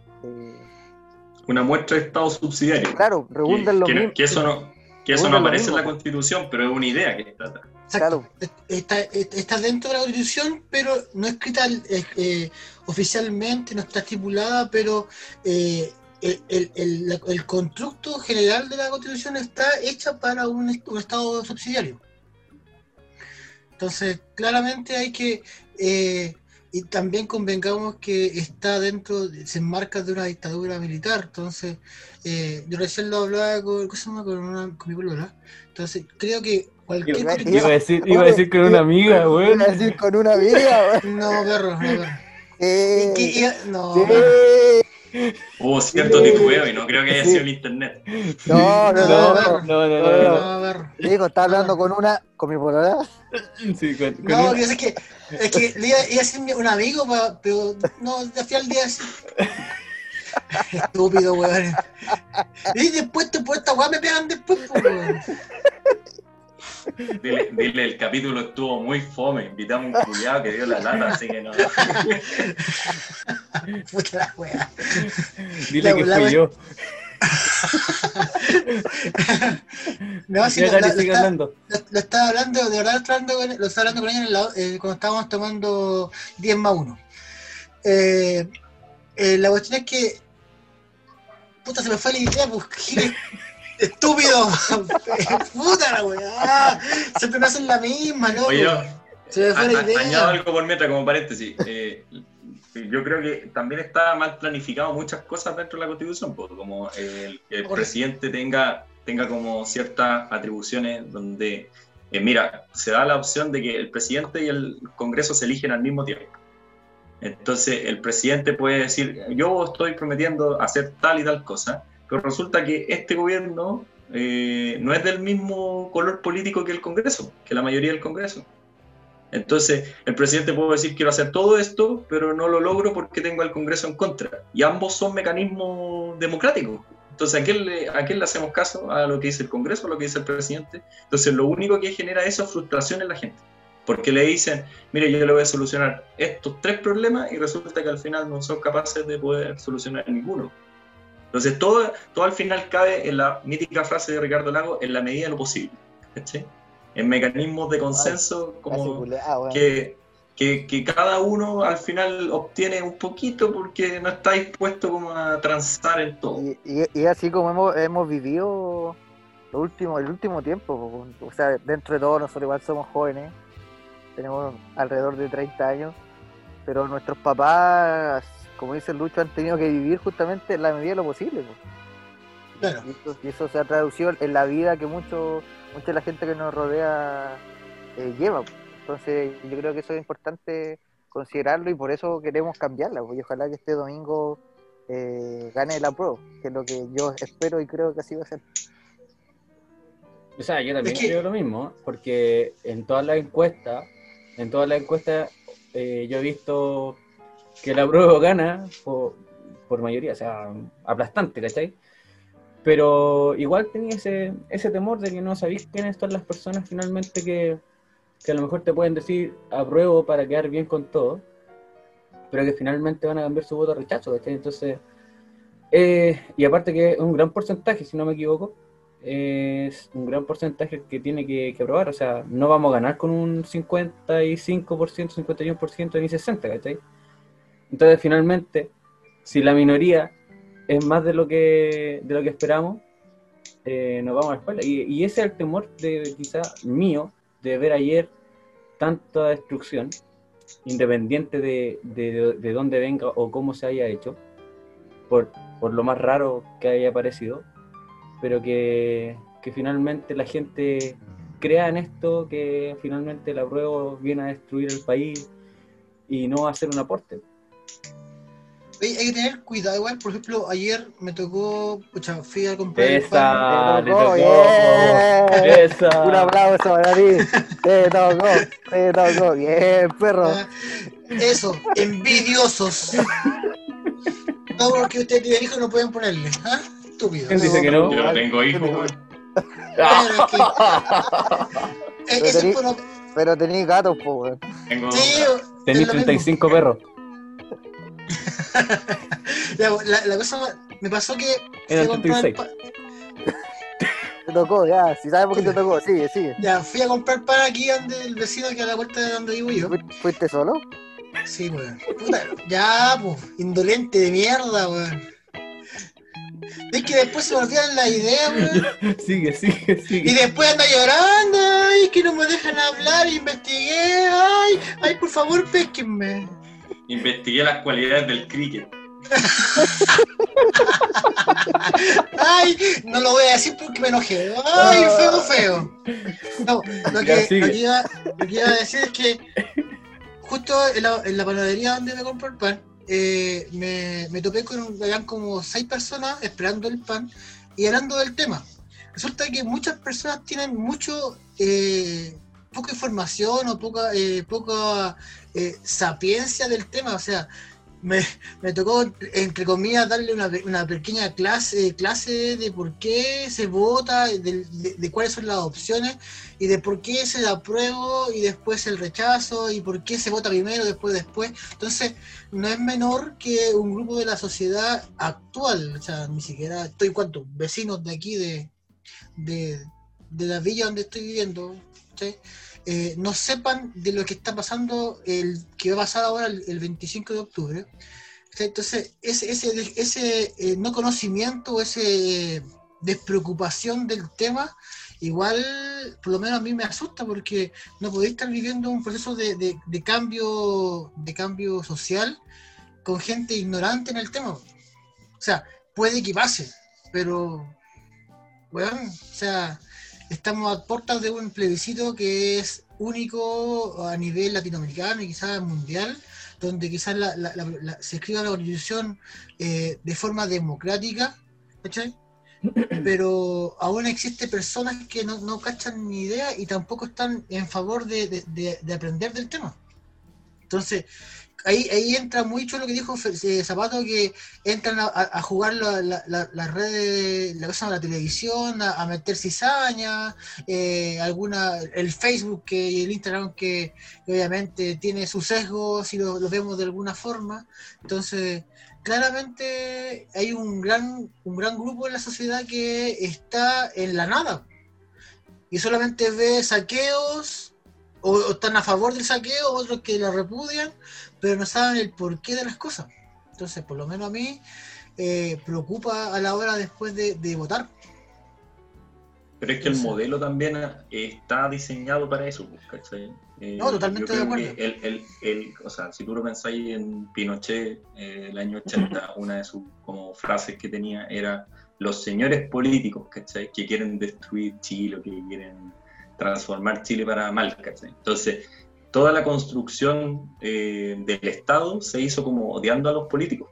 Una muestra de Estado subsidiario. Claro, redunda en lo mismo. Que eso no aparece en la Constitución, pero es una idea que está atrás. Exacto. Está dentro de la Constitución, pero no escrita oficialmente, no está estipulada, pero el constructo general de la Constitución está hecha para un Estado subsidiario. Entonces, claramente hay que... y también convengamos que está se enmarca de una dictadura militar. Entonces, yo recién lo hablaba con mi polola. Entonces, creo que cualquier... Iba a decir con una amiga, güey. Iba a decir con una amiga, güey. No, perro. No. Hubo cierto titubeo y no creo que haya sido el internet. No. Perro. Digo, estaba hablando con mi polola. Sí, no, es que le iba a decir un amigo, pero no, al final día así. Estúpido, weón. Y después por esta weá me pegan después, weón. Dile, el capítulo estuvo muy fome. Invitamos a un culiado que dio la lata, así que no. Puta la weá. Dile que fui yo. No, si lo estaba hablando, de verdad lo estaba hablando con ella cuando estábamos tomando 10+1. La cuestión es que puta, se me fue la idea, pues estúpido. Puta la weá. Siempre me hacen la misma, ¿no? Oye, se me fue la idea. Añado algo por mientras como paréntesis. Yo creo que también está mal planificado muchas cosas dentro de la Constitución, pues, como el presidente tenga como ciertas atribuciones donde, mira, se da la opción de que el presidente y el Congreso se eligen al mismo tiempo. Entonces el presidente puede decir, yo estoy prometiendo hacer tal y tal cosa, pero resulta que este gobierno no es del mismo color político que el Congreso, que la mayoría del Congreso. Entonces el presidente puede decir, quiero hacer todo esto, pero no lo logro porque tengo al Congreso en contra. Y ambos son mecanismos democráticos. Entonces, ¿a quién le hacemos caso? ¿A lo que dice el Congreso, a lo que dice el presidente? Entonces, lo único que genera eso es frustración en la gente. Porque le dicen, mire, yo le voy a solucionar estos 3 problemas y resulta que al final no son capaces de poder solucionar ninguno. Entonces, todo al final cabe en la mítica frase de Ricardo Lagos, en la medida de lo posible. ¿Sí? En mecanismos de consenso, como que cada uno al final obtiene un poquito porque no está dispuesto como a transar en todo. Y así como hemos vivido el último tiempo, o sea, dentro de todo nosotros igual somos jóvenes, tenemos alrededor de 30 años, pero nuestros papás, como dice el Lucho, han tenido que vivir justamente en la medida de lo posible. Claro. Y eso se ha traducido en la vida que mucha de la gente que nos rodea lleva. Entonces yo creo que eso es importante considerarlo y por eso queremos cambiarla, y ojalá que este domingo gane la apruebo, que es lo que yo espero y creo que así va a ser. O sea, yo también creo lo mismo, porque en todas las encuestas yo he visto que la apruebo gana por mayoría, o sea, aplastante, ¿cachai? Pero igual tenía ese temor de que no sabéis quiénes son las personas finalmente que a lo mejor te pueden decir apruebo para quedar bien con todo, pero que finalmente van a cambiar su voto a rechazo, ¿cachai? Entonces, y aparte que es un gran porcentaje, si no me equivoco, es un gran porcentaje que tiene que aprobar, o sea, no vamos a ganar con un 55%, 51% ni 60%, ¿cachai? Entonces, finalmente, si la minoría es más de lo que esperamos, nos vamos a la espalda. Y ese es el temor quizás mío, de ver ayer tanta destrucción, independiente de dónde venga o cómo se haya hecho, por lo más raro que haya parecido, pero que finalmente la gente crea en esto, que finalmente el apruebo viene a destruir el país y no a hacer un aporte. Hay que tener cuidado igual, por ejemplo, ayer me tocó, fui a comprar el pan. Le tocó. Un aplauso para ti. Te tocó. Bien, perro. Eso, envidiosos. No, porque ustedes tienen hijos no pueden ponerle, ¿ah? Estúpido. ¿Quién dice que no? Yo no tengo hijos, güey. Pero tenéis gatos, po, weón. Tenéis 35 perros. La cosa me pasó que fui a comprar 36. Te tocó, ya, si sabes por qué te tocó, sigue. Ya, fui a comprar pan aquí donde el vecino que a la puerta de donde vivo yo. ¿Fuiste solo? Sí, weón. Puta, ya, pues, indolente de mierda, weón. Es que después se me olvidan la idea, weón. Sigue. Y después anda llorando, ay, que no me dejan hablar, investigué, ay, por favor, pésquenme. Investigué las cualidades del cricket. Ay, no lo voy a decir porque me enojé. Ay, feo. No, lo que iba a decir es que justo en la panadería donde me compro el pan, me topé habían como 6 personas esperando el pan y hablando del tema. Resulta que muchas personas tienen poca información o poca sapiencia del tema, o sea, me tocó, entre comillas, darle una pequeña clase de por qué se vota, de cuáles son las opciones y de por qué se apruebo y después el rechazo y por qué se vota primero, después. Entonces, no es menor que un grupo de la sociedad actual, o sea, ni siquiera vecinos de aquí, de la villa donde estoy viviendo, ¿sí? No sepan de lo que está pasando, que va a pasar ahora el 25 de octubre. Entonces, ese no conocimiento o ese despreocupación del tema, igual, por lo menos a mí me asusta, porque no podéis estar viviendo un proceso de cambio social con gente ignorante en el tema. O sea, puede que pase, pero, bueno, o sea, estamos a puertas de un plebiscito que es único a nivel latinoamericano y quizás mundial, donde quizás se escriba la constitución de forma democrática, ¿cachai? Pero aún existen personas que no cachan ni idea y tampoco están en favor de aprender del tema. Entonces, ahí entra mucho lo que dijo Zapato, que entran a jugar las redes, la televisión, a meter cizaña, el Facebook y el Instagram que obviamente tiene sus sesgos y lo vemos de alguna forma. Entonces, claramente hay un gran grupo en la sociedad que está en la nada y solamente ve saqueos o están a favor del saqueo, otros que lo repudian, pero no saben el porqué de las cosas. Entonces, por lo menos a mí preocupa a la hora después de votar. Pero es que el modelo también está diseñado para eso, ¿cachai? No, totalmente de acuerdo. O sea, si tú lo pensáis en Pinochet, el año 80, una de sus como frases que tenía era: los señores políticos, ¿cachai?, que quieren destruir Chile, que quieren transformar Chile para mal, ¿cachai? Entonces, toda la construcción del Estado se hizo como odiando a los políticos.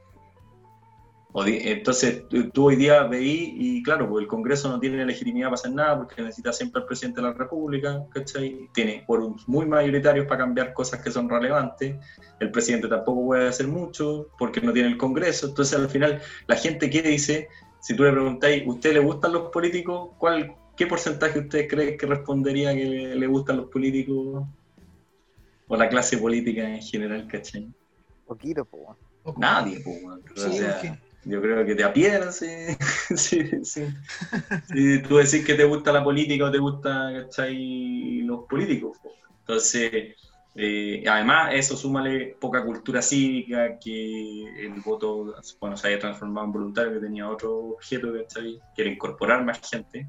Entonces, tú hoy día veís, y claro, pues el Congreso no tiene legitimidad para hacer nada porque necesita siempre al presidente de la República, ¿cachai? Tiene quórums muy mayoritarios para cambiar cosas que son relevantes. El presidente tampoco puede hacer mucho porque no tiene el Congreso. Entonces, al final, la gente que dice, si tú le preguntáis, ¿usted le gustan los políticos? ¿Qué porcentaje ustedes creen que respondería que le gustan los políticos o la clase política en general, ¿cachai? Poquito, po. Nadie, po. O sea, yo creo que te apieran, sí. Tú decís que te gusta la política o te gusta, ¿cachai?, los políticos, po. Entonces, además, eso súmale poca cultura cívica, que el voto, bueno, se haya transformado en voluntario, que tenía otro objeto, ¿cachai?, que era incorporar más gente.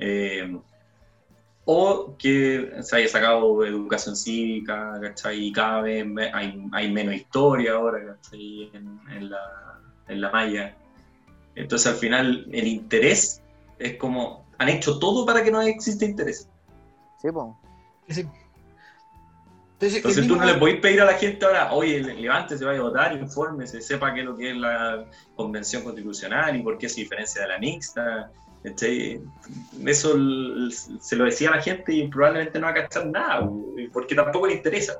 O que se haya sacado educación cívica, ¿cachai? Y cada vez hay menos historia ahora, ¿cachai?, en la malla. Entonces, al final, el interés es como, han hecho todo para que no exista interés. Sí, pues. Sí. Entonces tú no le podés pedir a la gente ahora, oye, levántese, vaya a votar, infórmese, sepa qué es lo que es la convención constitucional y por qué se diferencia de la mixta. Eso se lo decía a la gente y probablemente no va a cachar nada, porque tampoco le interesa.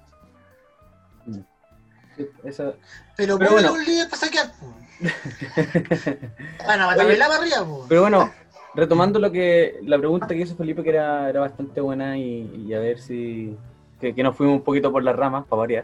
Pero bueno, un líder para saquear. Bueno, a tabelar para arriba, pero bueno, retomando la pregunta que hizo Felipe, que era bastante buena, y a ver si que nos fuimos un poquito por las ramas para variar.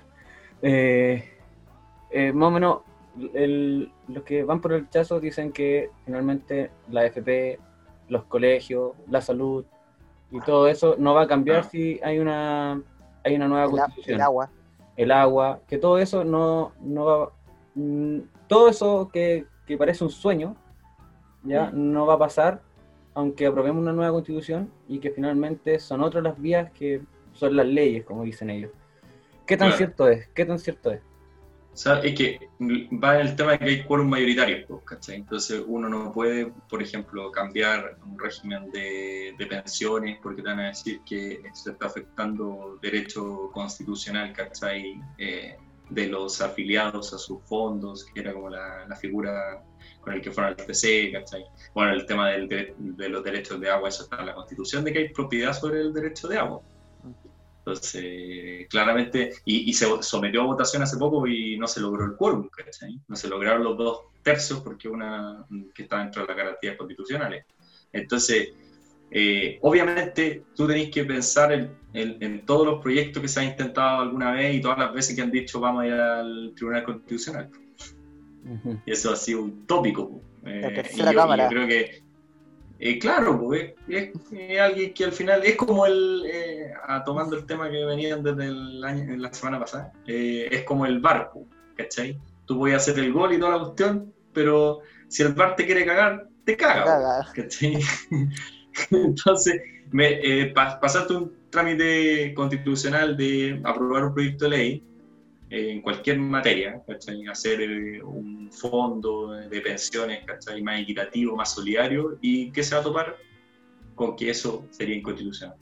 Más o menos los que van por el rechazo dicen que finalmente la AFP, los colegios, la salud y todo eso no va a cambiar si hay una nueva constitución. El agua, que todo eso no va, todo eso que parece un sueño ya no va a pasar aunque aprobemos una nueva constitución, y que finalmente son otras las vías que son las leyes, como dicen ellos. ¿Qué tan cierto es? ¿Qué tan cierto es? O sea, es que va en el tema de que hay quórum mayoritario, ¿cachai? Entonces uno no puede, por ejemplo, cambiar un régimen de pensiones porque te van a decir que se está afectando derecho constitucional, ¿cachai? De los afiliados a sus fondos, que era como la figura con el que fueron al TC, ¿cachai? Bueno, el tema de los derechos de agua, eso está en la Constitución, de que hay propiedad sobre el derecho de agua. Entonces, claramente, y se sometió a votación hace poco y no se logró el quórum, ¿cachai? No se lograron los 2/3 porque una que está dentro de las garantías constitucionales. Entonces, obviamente, tú tenés que pensar en todos los proyectos que se han intentado alguna vez y todas las veces que han dicho vamos a ir al Tribunal Constitucional. Uh-huh. Y eso ha sido un tópico. Y yo creo que claro, pues, es alguien que al final es como tomando el tema que venían desde la semana pasada, es como el VAR, ¿cachai? Tú puedes hacer el gol y toda la cuestión, pero si el VAR te quiere cagar, te caga, ¿cachai? Entonces, pasaste un trámite constitucional de aprobar un proyecto de ley en cualquier materia, ¿cachai? Hacer un fondo de pensiones, ¿cachai? Más equitativo, más solidario, y ¿qué se va a topar? Con que eso sería inconstitucional.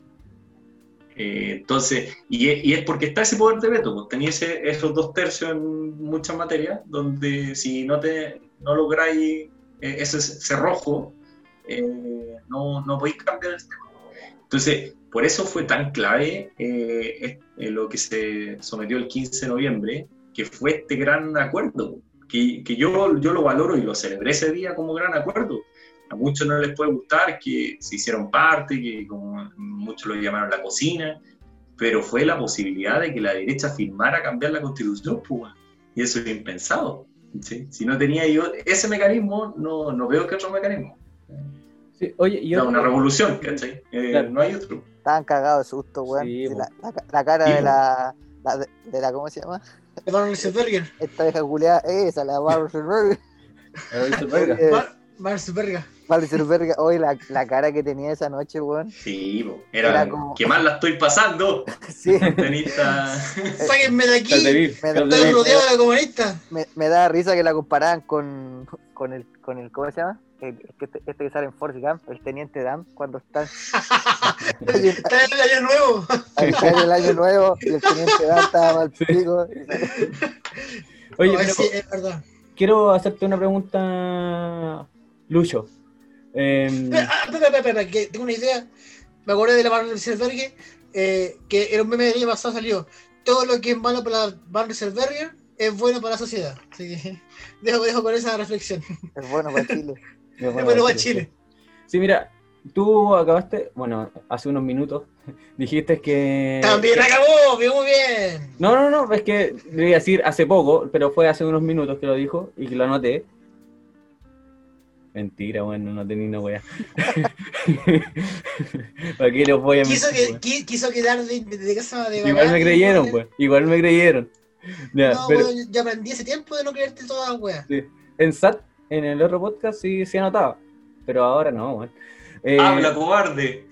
Entonces, y es porque está ese poder de veto, pues tenía esos 2/3 en muchas materias, donde si no lográis ese cerrojo, no podéis cambiar el tema. Entonces, por eso fue tan clave lo que se sometió el 15 de noviembre, que fue este gran acuerdo, que yo lo valoro y lo celebré ese día como gran acuerdo. A muchos no les puede gustar que se hicieron parte, que como muchos lo llamaron la cocina, pero fue la posibilidad de que la derecha firmara cambiar la Constitución, pues, y eso es impensado, ¿sí? Si no tenía yo ese mecanismo, no veo que otro mecanismo. Sí, oye, una revolución, ¿cachai? Claro. No hay otro. Estaban cagados de susto, weón. Sí, la cara de la ¿cómo se llama? De Barbara Rieselberger. Esta vieja culiada, esa, la Barbara Rieselberger. Rieselberger. Oye, la cara que tenía esa noche, weón. Sí, era como... ¿Qué mal la estoy pasando? Sí. Sáquenme de aquí. Estoy rodeado de comunistas. Me da risa que la comparaban con el ¿cómo se llama? Este que sale en Forrest Gump, el Teniente Dan, cuando está en el año nuevo. El año nuevo, y el Teniente Dan estaba mal pico. Oye, no, pero sí, es verdad. Quiero hacerte una pregunta, Lucho. Espera, que tengo una idea. Me acordé de la Barbara Rieselberger, que en un meme del año pasado salió: todo lo que es malo para la Barbara Rieselberger es bueno para la sociedad. Así que dejo con esa reflexión. Es bueno para Chile. Es bueno para Chile. Sí, mira, tú acabaste, hace unos minutos, dijiste que... ¡También acabó! ¡Muy bien! No, es que le iba a decir hace poco, pero fue hace unos minutos que lo dijo y que lo anoté. Mentira, bueno, no tenía una wea. ¿Para qué los voy a mentir? Quiso quedar de casa de... Igual me creyeron, pues. Igual me creyeron. Ya, no, pero... ya aprendí ese tiempo de no creerte todas las weas. Sí. En SAT, en el otro podcast, sí anotaba. Pero ahora no, weón. ¡Habla, cobarde!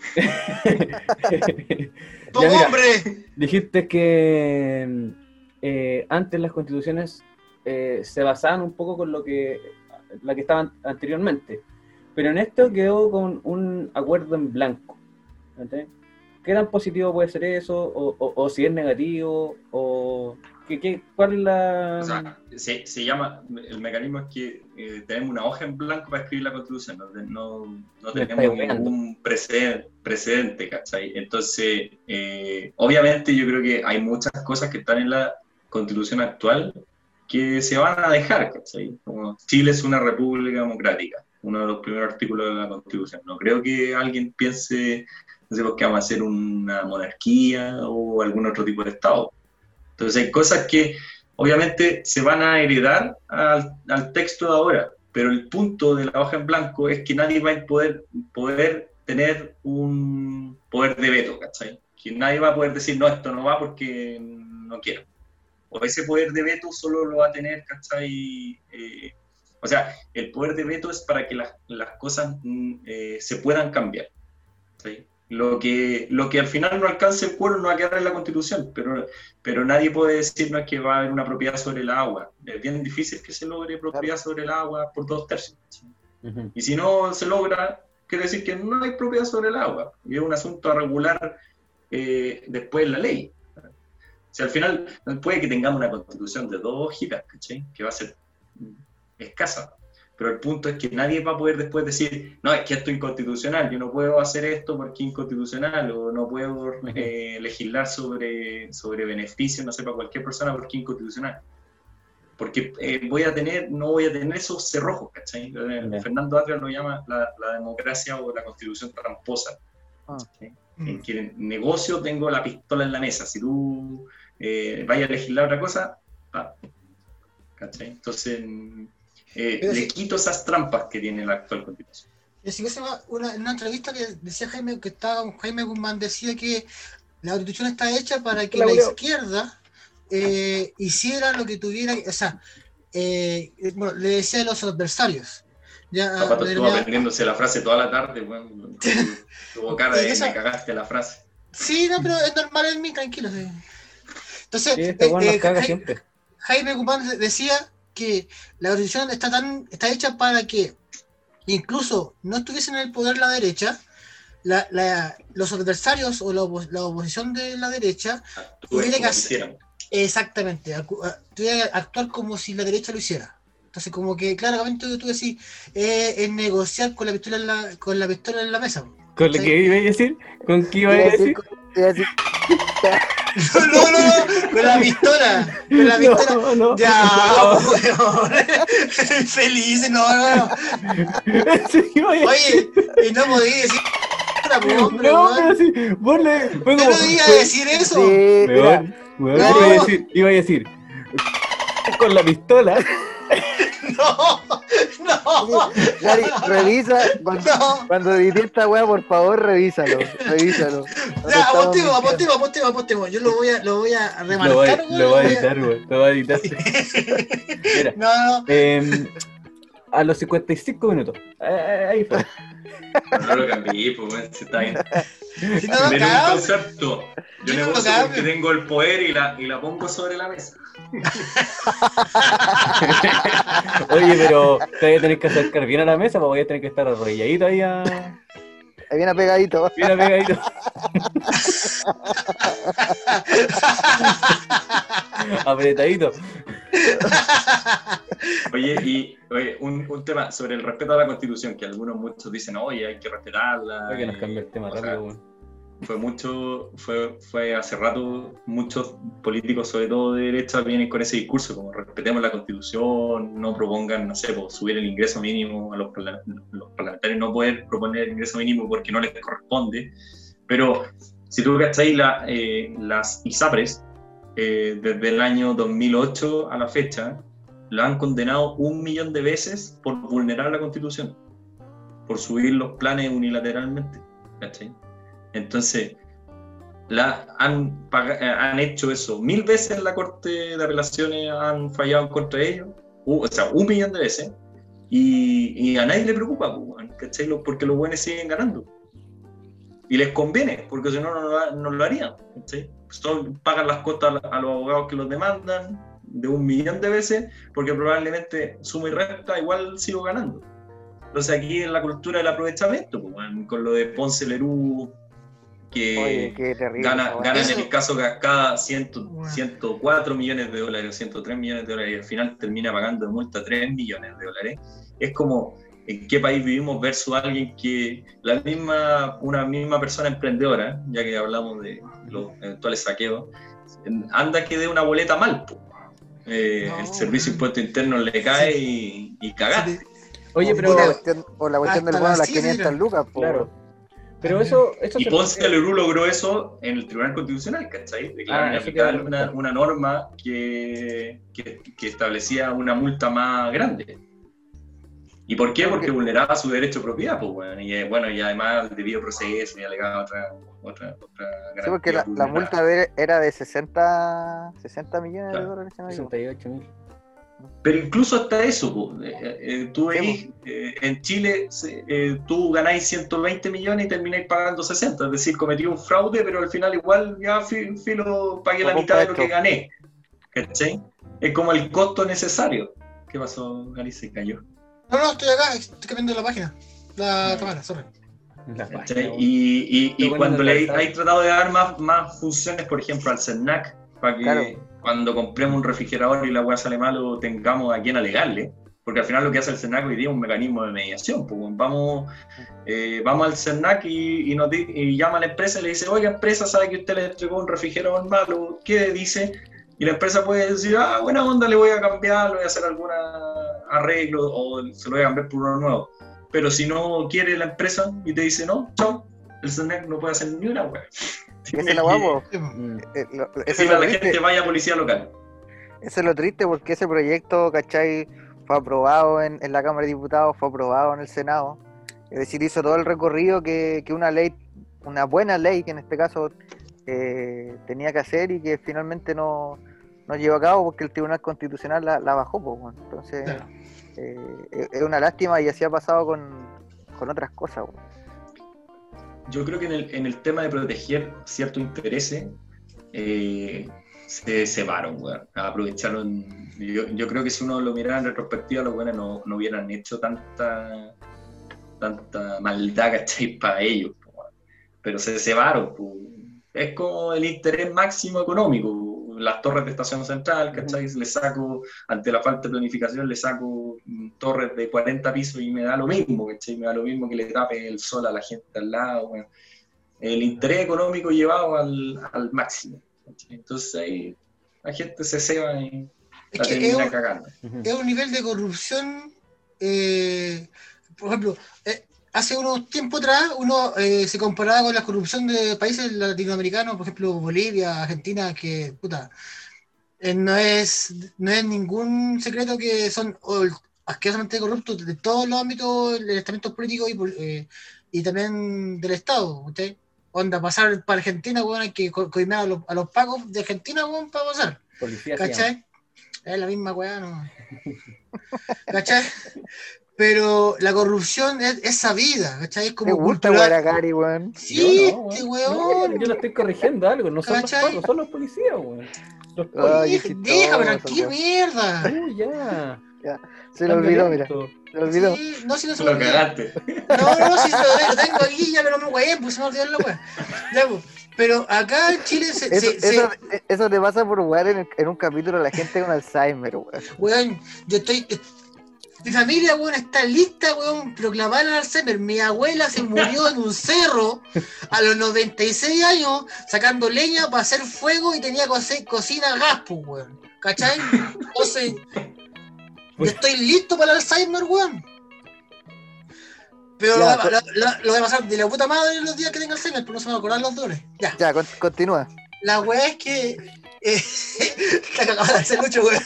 ¡Hombre! Dijiste que antes las constituciones se basaban un poco con la que estaban anteriormente. Pero en esto quedó con un acuerdo en blanco. ¿Entendés? ¿Qué tan positivo puede ser eso? ¿O si es negativo? ¿O cuál es la...? O sea, se llama... El mecanismo es que tenemos una hoja en blanco para escribir la Constitución. No tenemos ningún precedente, ¿cachai? Entonces, obviamente yo creo que hay muchas cosas que están en la Constitución actual que se van a dejar, ¿cachai? Como Chile es una república democrática. uno de los primeros artículos de la Constitución. No creo que alguien piense, no sé, que vamos a hacer una monarquía o algún otro tipo de Estado. Entonces hay cosas que obviamente se van a heredar al texto de ahora, pero el punto de la hoja en blanco es que nadie va a poder tener un poder de veto, ¿cachai? Que nadie va a poder decir, no, esto no va porque no quiero. O ese poder de veto solo lo va a tener, ¿cachai? O sea, el poder de veto es para que las cosas se puedan cambiar, ¿sí? Lo que al final no alcance el quórum no va a quedar en la Constitución, pero nadie puede decirnos que va a haber una propiedad sobre el agua. Es bien difícil que se logre propiedad sobre el agua por 2/3. ¿Sí? Uh-huh. Y si no se logra, quiere decir que no hay propiedad sobre el agua. Y es un asunto a regular después en la ley. O sea, al final puede que tengamos una Constitución de 2 hojitas, ¿sí? Que va a ser escasa. Pero el punto es que nadie va a poder después decir, no, es que esto es inconstitucional, yo no puedo hacer esto porque es inconstitucional, o no puedo legislar sobre beneficios, no sé, para cualquier persona porque es inconstitucional. Porque no voy a tener esos cerrojos, ¿cachai? Fernando Atria lo llama la democracia o la constitución tramposa. ¿Sí? En que en negocio tengo la pistola en la mesa, si tú vayas a legislar otra cosa, ¿cachai? Entonces... le quito esas trampas que tiene la actual Constitución. En una entrevista que decía Jaime Guzmán decía que la Constitución está hecha para que la izquierda hiciera lo que tuviera, o sea, bueno, le decía a los adversarios. Zapato estuvo aprendiéndose la frase toda la tarde, bueno, tuvo cara de me cagaste la frase. Sí, no, pero es normal en mí, tranquilo. Sí. Entonces, siempre. Jaime Guzmán decía que la Constitución está hecha para que incluso no estuviesen en el poder la derecha, los adversarios o la oposición de la derecha tuviera que hacer exactamente, tuviera que actuar como si la derecha lo hiciera. Entonces, como que claramente tú decís, es negociar con la pistola en la mesa. ¿Con lo que iba a decir? ¿Con qué iba a decir? No, con la pistola. Con la pistola. No. Ya, weón. Feliz, no. Oye, y no podía decir. Hombre, no, pero sí, vos no podías decir eso. Sí, iba a decir con la pistola. No. Gary, revisa. Cuando edité esta weá, por favor, revísalo. Ya, apostemos. Yo lo voy a remarcar. Lo va a editar, güey. Lo va a editar. Mira, no. A los 55 minutos. Ahí fue. No lo cambié, pues, bueno, está bien. Si no un concepto. Yo negocio porque tengo el poder y la pongo sobre la mesa. Oye, pero te voy a tener que acercar bien a la mesa, porque voy a tener que estar arrodilladito ahí bien apegadito. Apretadito. Oye, un tema sobre el respeto a la Constitución, que muchos dicen, oye, hay que respetarla. Hay que nos cambie el tema rápido, bueno. Fue hace rato, muchos políticos, sobre todo de derecha, vienen con ese discurso, como respetemos la Constitución, no propongan, no sé, subir el ingreso mínimo a los parlamentarios, no poder proponer el ingreso mínimo porque no les corresponde. Pero si tú cacháis las ISAPRES, desde el año 2008 a la fecha, la han condenado 1 millón de veces por vulnerar la Constitución, por subir los planes unilateralmente, ¿cachai? Entonces, han hecho eso 1000 veces en la Corte de Apelaciones, han fallado contra ellos, o sea, 1 millón de veces, y a nadie le preocupa, ¿cachai? Porque los buenos siguen ganando. Y les conviene, porque si no, no lo harían, ¿cachai? Pagan las costas a los abogados que los demandan de 1 millón de veces, porque probablemente suma y resta, igual sigo ganando. Entonces aquí en la cultura del aprovechamiento, con lo de Ponce Lerú, que gana en el caso Cascada 104 millones de dólares, 103 millones de dólares, y al final termina pagando de multa 3 millones de dólares. Es como, ¿en qué país vivimos versus alguien que una misma persona emprendedora, ya que hablamos de los eventuales saqueos, anda que dé una boleta mal, el servicio de impuesto interno le cae y cagaste. Oye, pero... O la cuestión del bono de las 500 lucas, po. Claro. Pero eso y Ponce Lerú logró eso en el Tribunal Constitucional, ¿cachai? Declararon inaplicable una norma que establecía una multa más grande. ¿Y por qué? Porque vulneraba su derecho de propiedad, pues, bueno. Y además el debido proceso y alegaba otra garantía. Sí, porque la multa era de 60 millones de dólares. 68.000. Pero incluso hasta eso, tú veis, en Chile tú ganáis 120 millones y termináis pagando 60, es decir, cometí un fraude, pero al final igual ya filo pagué la mitad de lo que gané, ¿cachai? Es como el costo necesario. ¿Qué pasó, Gary? Se cayó. No, estoy acá, estoy cambiando la página, la cámara, sorry. Y cuando le hay tratado de dar más funciones, por ejemplo, al CERNAC, para que cuando compremos un refrigerador y la hueá sale malo, tengamos a quien alegarle, porque al final lo que hace el CERNAC hoy día es un mecanismo de mediación. Pues vamos al CERNAC y llama a la empresa y le dice: oiga, empresa, sabe que usted le entregó un refrigerador malo, ¿qué dice? Y la empresa puede decir: buena onda, le voy a cambiar, le voy a hacer algún arreglo o se lo voy a cambiar por uno nuevo. Pero si no quiere la empresa y te dice no, chao, el CERNAC no puede hacer ni una hueá. Esa es la guapo. Decirle a la gente: vaya a policía local. Eso es lo triste, porque ese proyecto, ¿cachai? Fue aprobado en la Cámara de Diputados, fue aprobado en el Senado. Es decir, hizo todo el recorrido que una ley, una buena ley, que en este caso tenía que hacer, y que finalmente no llevó a cabo porque el Tribunal Constitucional la bajó. Pues, entonces, es una lástima, y así ha pasado con otras cosas. Pues. Yo creo que en el tema de proteger ciertos intereses se cebaron, weón. Aprovecharon. Yo creo que si uno lo mirara en retrospectiva, los buenos no hubieran hecho tanta maldad, ¿cachai? Para ellos, weón. Pero se cebaron, pues. Es como el interés máximo económico. Las torres de estación central, ¿cachai? Le saco, ante la falta de planificación, le saco torres de 40 pisos y me da lo mismo, ¿cachai? Me da lo mismo que le tape el sol a la gente al lado, bueno. El interés económico llevado al máximo, ¿cachai? Entonces ahí la gente se ceba y la termina cagando. Es un nivel de corrupción, por ejemplo, hace unos tiempos atrás uno se comparaba con la corrupción de países latinoamericanos, por ejemplo Bolivia, Argentina, que no es ningún secreto que son asquerosamente corruptos de todos los ámbitos, de estamentos políticos y también del Estado. ¿Okay? Onda, pasar para Argentina, bueno, hay que coordinar a los pagos de Argentina, bueno, para pasar. Policía, ¿cachai? Es la misma weá, ¿no? ¿Cachai? Pero la corrupción es sabida, ¿cachai? Es como cultural. A Gary, weón. Sí, este weón. Yo lo estoy corrigiendo algo, no son los pagos, son los policías, weón. Déjame, tranquilo, mierda. Ya. Se lo olvidó, mira. Se lo olvidó. Sí, no, si no se lo cagaste. No, si lo tengo aquí, ya me lo weón, pues se me olvidó la weón. Ya, pues. Pero acá en Chile eso te pasa por jugar en un capítulo la gente con Alzheimer, weón. Weón, mi familia, weón, está lista, weón, proclamar el Alzheimer. Mi abuela se murió en un cerro a los 96 años sacando leña para hacer fuego y tenía cocina a gas, pues, weón. ¿Cachai? Entonces, yo estoy listo para el Alzheimer, weón. Pero lo voy a pasar de la puta madre los días que tenga Alzheimer, pero no se me van a acordar los dolores. Ya, continúa. La weá es que... Está cagada de hacer mucho, weón.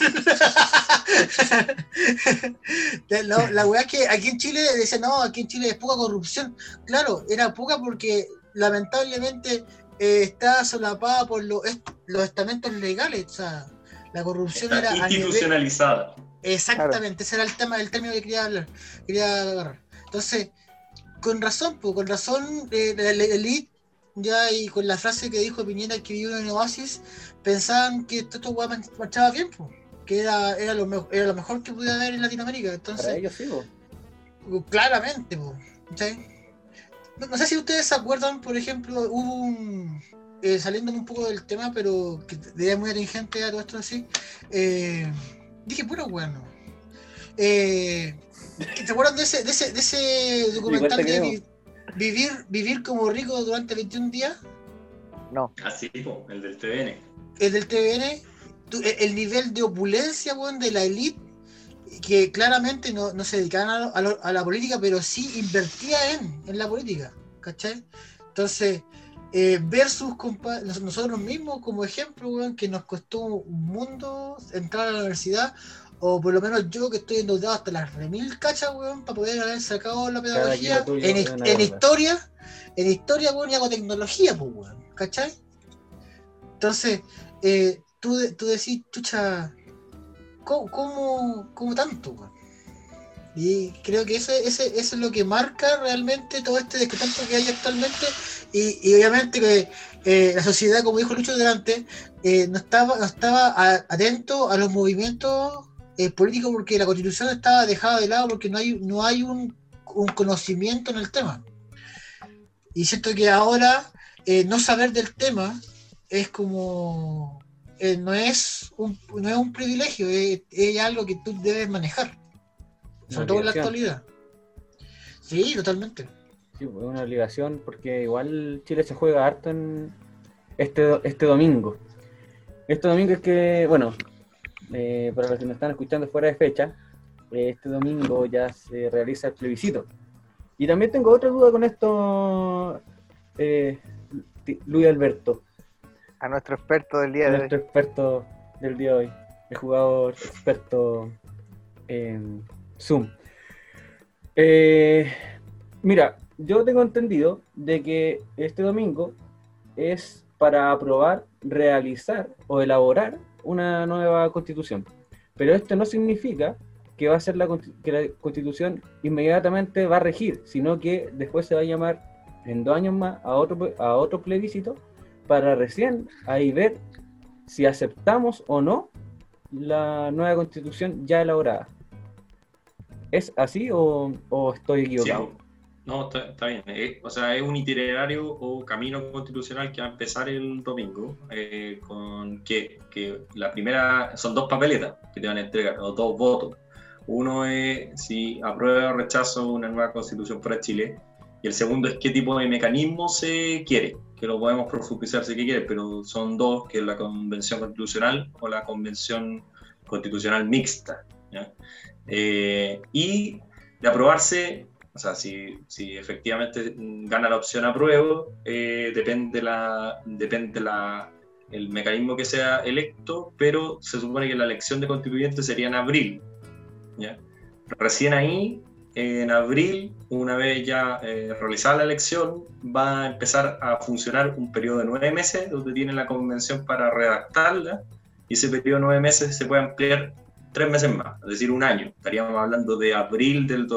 La weá es que aquí en Chile decían, no, aquí en Chile es poca corrupción. Claro, era poca porque lamentablemente está solapada por los estamentos legales. O sea, la corrupción está era institucionalizada. Exactamente, ese era el término que quería agarrar. Entonces, con razón, la elite, ya, y con la frase que dijo Piñera, que vivió en Oasis, pensaban que esto marchaba bien, pues, que era lo mejor que podía haber en Latinoamérica. Entonces, para ellos sí, claramente, ¿sí? No sé si ustedes se acuerdan, por ejemplo, hubo saliendo un poco del tema, pero que de idea muy atingente a todo esto así, dije, puro bueno. ¿Te acuerdan de ese documental de vivir como rico durante 21 días? No. Así, el del TVN. El del TVN, el nivel de opulencia, weón, de la elite, que claramente no se dedicaban a la política, pero sí invertían en la política, ¿cachai? Entonces, versus nosotros mismos, como ejemplo, weón, que nos costó un mundo entrar a la universidad, o por lo menos yo que estoy endeudado hasta las remil cachas, weón, para poder haber sacado la pedagogía en historia, weón, y hago tecnología, pues, weón, ¿cachai? Entonces, tú decís, chucha, ¿cómo tanto, weón? Y creo que eso es lo que marca realmente todo este descontento que hay actualmente, y obviamente que la sociedad, como dijo Lucho delante, no estaba atento a los movimientos políticos, porque la Constitución estaba dejada de lado, porque no hay un conocimiento en el tema. Y siento que ahora no saber del tema es como no es un privilegio, es algo que tú debes manejar, sobre todo en la actualidad. Sí, totalmente. Sí, es una obligación, porque igual Chile se juega harto en este domingo. Este domingo es que, bueno, para los que nos están escuchando fuera de fecha, este domingo ya se realiza el plebiscito. Y también tengo otra duda con esto, Luis Alberto. A nuestro experto del día de hoy. Nuestro experto del día de hoy. El jugador experto en Zoom. Mira, yo tengo entendido de que este domingo es para aprobar, realizar o elaborar una nueva constitución. Pero esto no significa que va a ser que la constitución inmediatamente va a regir, sino que después se va a llamar en 2 años más a otro plebiscito, para recién ahí ver si aceptamos o no la nueva constitución ya elaborada. ¿Es así o estoy equivocado? Sí. No, está bien. O sea, es un itinerario o camino constitucional que va a empezar el domingo, con que la primera son 2 papeletas que te van a entregar, o 2 votos. Uno es si aprueba o rechazo una nueva constitución para Chile, y el segundo es qué tipo de mecanismo se quiere, que lo podemos profundizar si quiere, pero son 2, que es la convención constitucional o la convención constitucional mixta, ¿ya? Y de aprobarse, o sea, si efectivamente gana la opción apruebo, depende el mecanismo que sea electo, pero se supone que la elección de constituyentes sería en abril, ¿ya? Recién ahí, en abril, una vez ya realizada la elección, va a empezar a funcionar un periodo de 9 meses, donde tiene la convención para redactarla, y ese periodo de 9 meses se puede ampliar 3 meses más, es decir, 1 año. Estaríamos hablando de abril del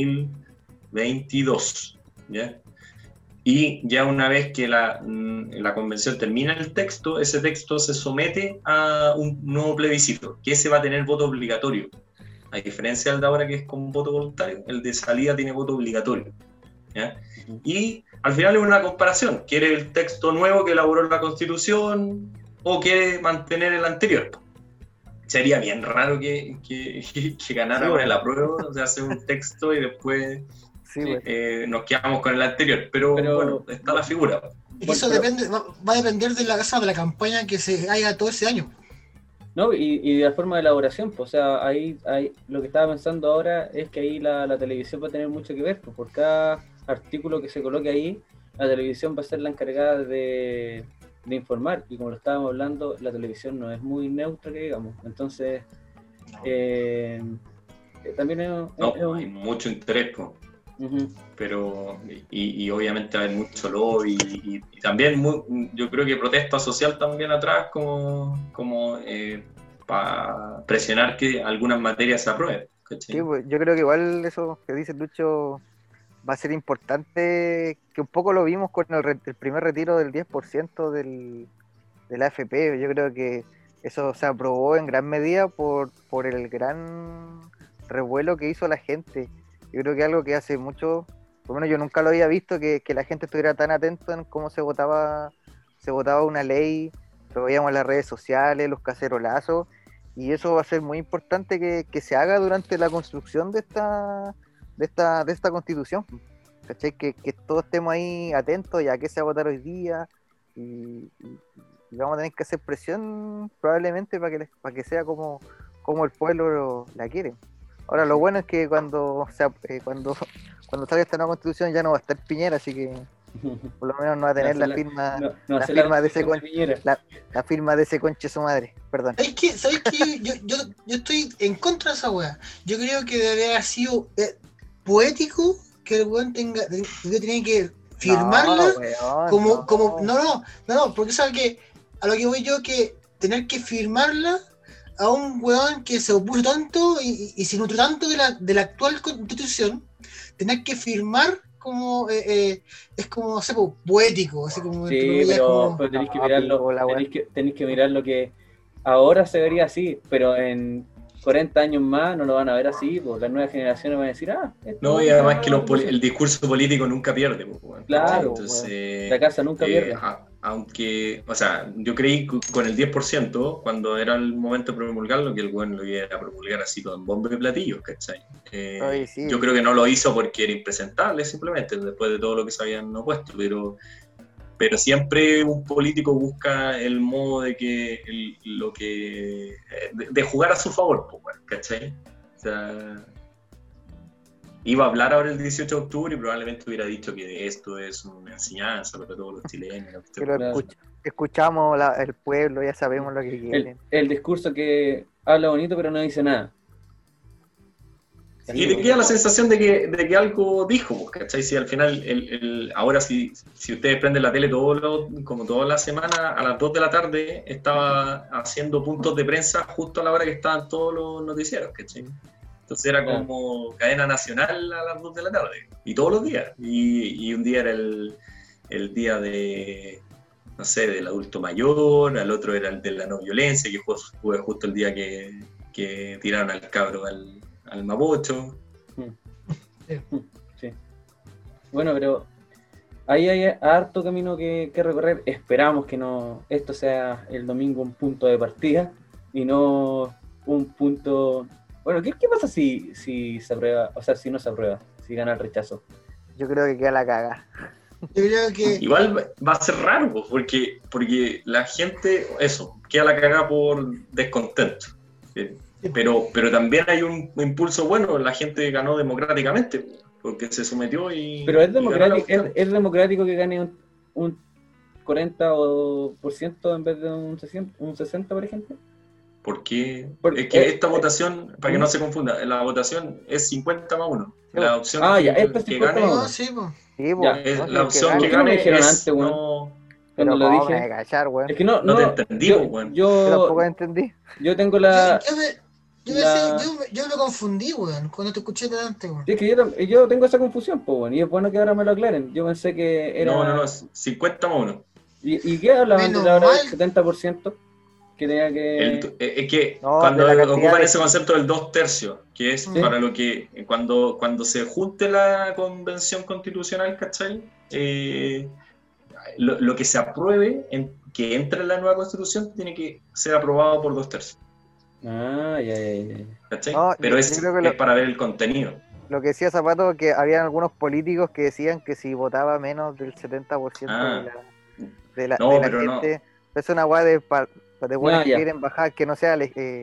2022, ¿ya? Y ya una vez que la convención termina el texto, ese texto se somete a un nuevo plebiscito, que ese va a tener voto obligatorio. A diferencia del de ahora, que es con voto voluntario, el de salida tiene voto obligatorio, ¿ya? Y al final es una comparación. ¿Quiere el texto nuevo que elaboró la Constitución o quiere mantener el anterior? Sería bien raro que ganara con el apruebo, o sea, hacer un texto y después nos quedamos con el anterior. Pero bueno, está la figura. Eso va a depender de la campaña que se haga todo ese año. ¿No? Y de la forma de elaboración, pues, o sea, ahí lo que estaba pensando ahora es que ahí la televisión va a tener mucho que ver, pues, por cada artículo que se coloque ahí, la televisión va a ser la encargada de informar, y como lo estábamos hablando, la televisión no es muy neutra, que digamos, entonces también hay mucho interés, pues. Pero y obviamente hay mucho lobby y también yo creo que protesta social también atrás, como para presionar que algunas materias se aprueben, ¿cachai? Sí, pues, yo creo que igual eso que dice Lucho va a ser importante, que un poco lo vimos con el primer retiro del 10% de la AFP. Yo creo que eso se aprobó en gran medida por el gran revuelo que hizo la gente. Yo creo que algo que hace mucho, por lo menos yo nunca lo había visto, que la gente estuviera tan atento en cómo se votaba una ley. Lo veíamos en las redes sociales, los cacerolazos, y eso va a ser muy importante que se haga durante la construcción de esta constitución, ¿cachai? Que todos estemos ahí atentos ya que se va a votar hoy día, y vamos a tener que hacer presión probablemente para que sea como el pueblo la quiere. Ahora lo bueno es que cuando salga esta nueva constitución ya no va a estar Piñera, así que por lo menos no va a tener la firma de ese conche su madre, perdón. ¿Sabes qué? Yo estoy en contra de esa weá. Yo creo que debería haber sido poético que el weón tenía que firmarla no, porque sabes que a lo que voy yo, que tener que firmarla a un weón que se opuso tanto y se nutrió tanto de la actual constitución, tener que firmar como es como, no sé, poético, así como. Sí, pero tenéis que mirarlo, tenéis que mirar lo que ahora se vería así, pero en 40 años más no lo van a ver así, pues las nuevas generaciones van a decir, no, y además que el discurso político nunca pierde, pues, bueno. Claro, entonces, la casa nunca pierde. Aunque, o sea, yo creí con el 10%, cuando era el momento de promulgarlo, que el güey lo iba a promulgar así con bombo y platillos, ¿cachai? Sí. Yo creo que no lo hizo porque era impresentable, simplemente, después de todo lo que se habían opuesto, pero siempre un político busca el modo de que de jugar a su favor, pues, ¿cachai? O sea, iba a hablar ahora el 18 de octubre y probablemente hubiera dicho que esto es una enseñanza para todos los chilenos. Escuchamos el pueblo, ya sabemos lo que quieren. El discurso que habla bonito pero no dice nada. Y te queda la sensación de que algo dijo, ¿cachai? Si al final, ahora si ustedes prenden la tele como toda la semana, a las 2 de la tarde estaba haciendo puntos de prensa justo a la hora que estaban todos los noticieros, ¿cachai? Entonces era como cadena nacional a las 2 de la tarde, y todos los días. Y un día era el día de, no sé, del adulto mayor, al otro era el de la no violencia, que fue justo el día que tiraron al cabro al mapocho. Sí. Bueno, pero ahí hay harto camino que recorrer. Esperamos que esto sea el domingo un punto de partida y no un punto. Bueno, ¿qué pasa si se aprueba? O sea, si no se aprueba, si gana el rechazo. Yo creo que queda la caga. Yo creo que igual va a ser raro, porque la gente, queda la caga por descontento. Pero también hay un impulso bueno, la gente ganó democráticamente, porque se sometió y... Pero es democrático que gane un 40% en vez de un 60%, por ejemplo. ¿Por qué? Es que esta votación, para que no se confunda, la votación es 50-1. La opción que gane... la opción que gane es... Cuando lo dije... Es que no te entendí, weón. Yo tampoco entendí. Yo tengo la... Yo me confundí, weón, cuando te escuché delante, weón. Es que yo tengo esa confusión, pues, weón, y es bueno que ahora me lo aclaren. Yo pensé que era... No, es 50-1. ¿Y qué hablaban de ahora del 70%? Que tenía que... Es que cuando ocupan ese concepto del 2/3, que es para lo que cuando se junte la convención constitucional, ¿cachai? Lo que se apruebe, que entre en la nueva constitución, tiene que ser aprobado por 2/3. Ya. ¿Cachai? Pero es para ver el contenido. Lo que decía Zapato, que habían algunos políticos que decían que si votaba menos del 70% de la gente, es una guay de buenas que quieren bajar, que no sea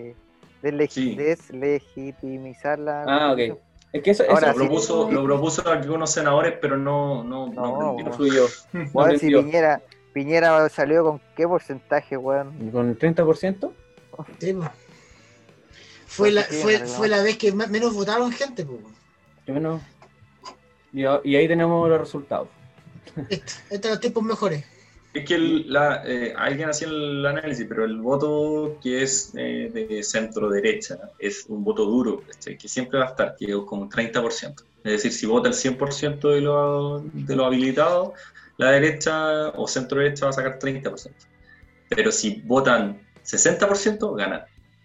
deslegitimizar la... ok. Es que eso lo propuso algunos senadores, pero no fluyó. Bueno, si Piñera salió con qué porcentaje, weón. ¿Con el 30%? Sí, fue la vez que menos votaron gente, pues. Bueno, y ahí tenemos los resultados. Estos los tiempos mejores. Es que alguien hacía el análisis, pero el voto que es de centro derecha es un voto duro, que siempre va a estar, que es como un 30%. Es decir, si vota el 100% de los habilitados, la derecha o centro derecha va a sacar 30%. Pero si votan 60%, ganan.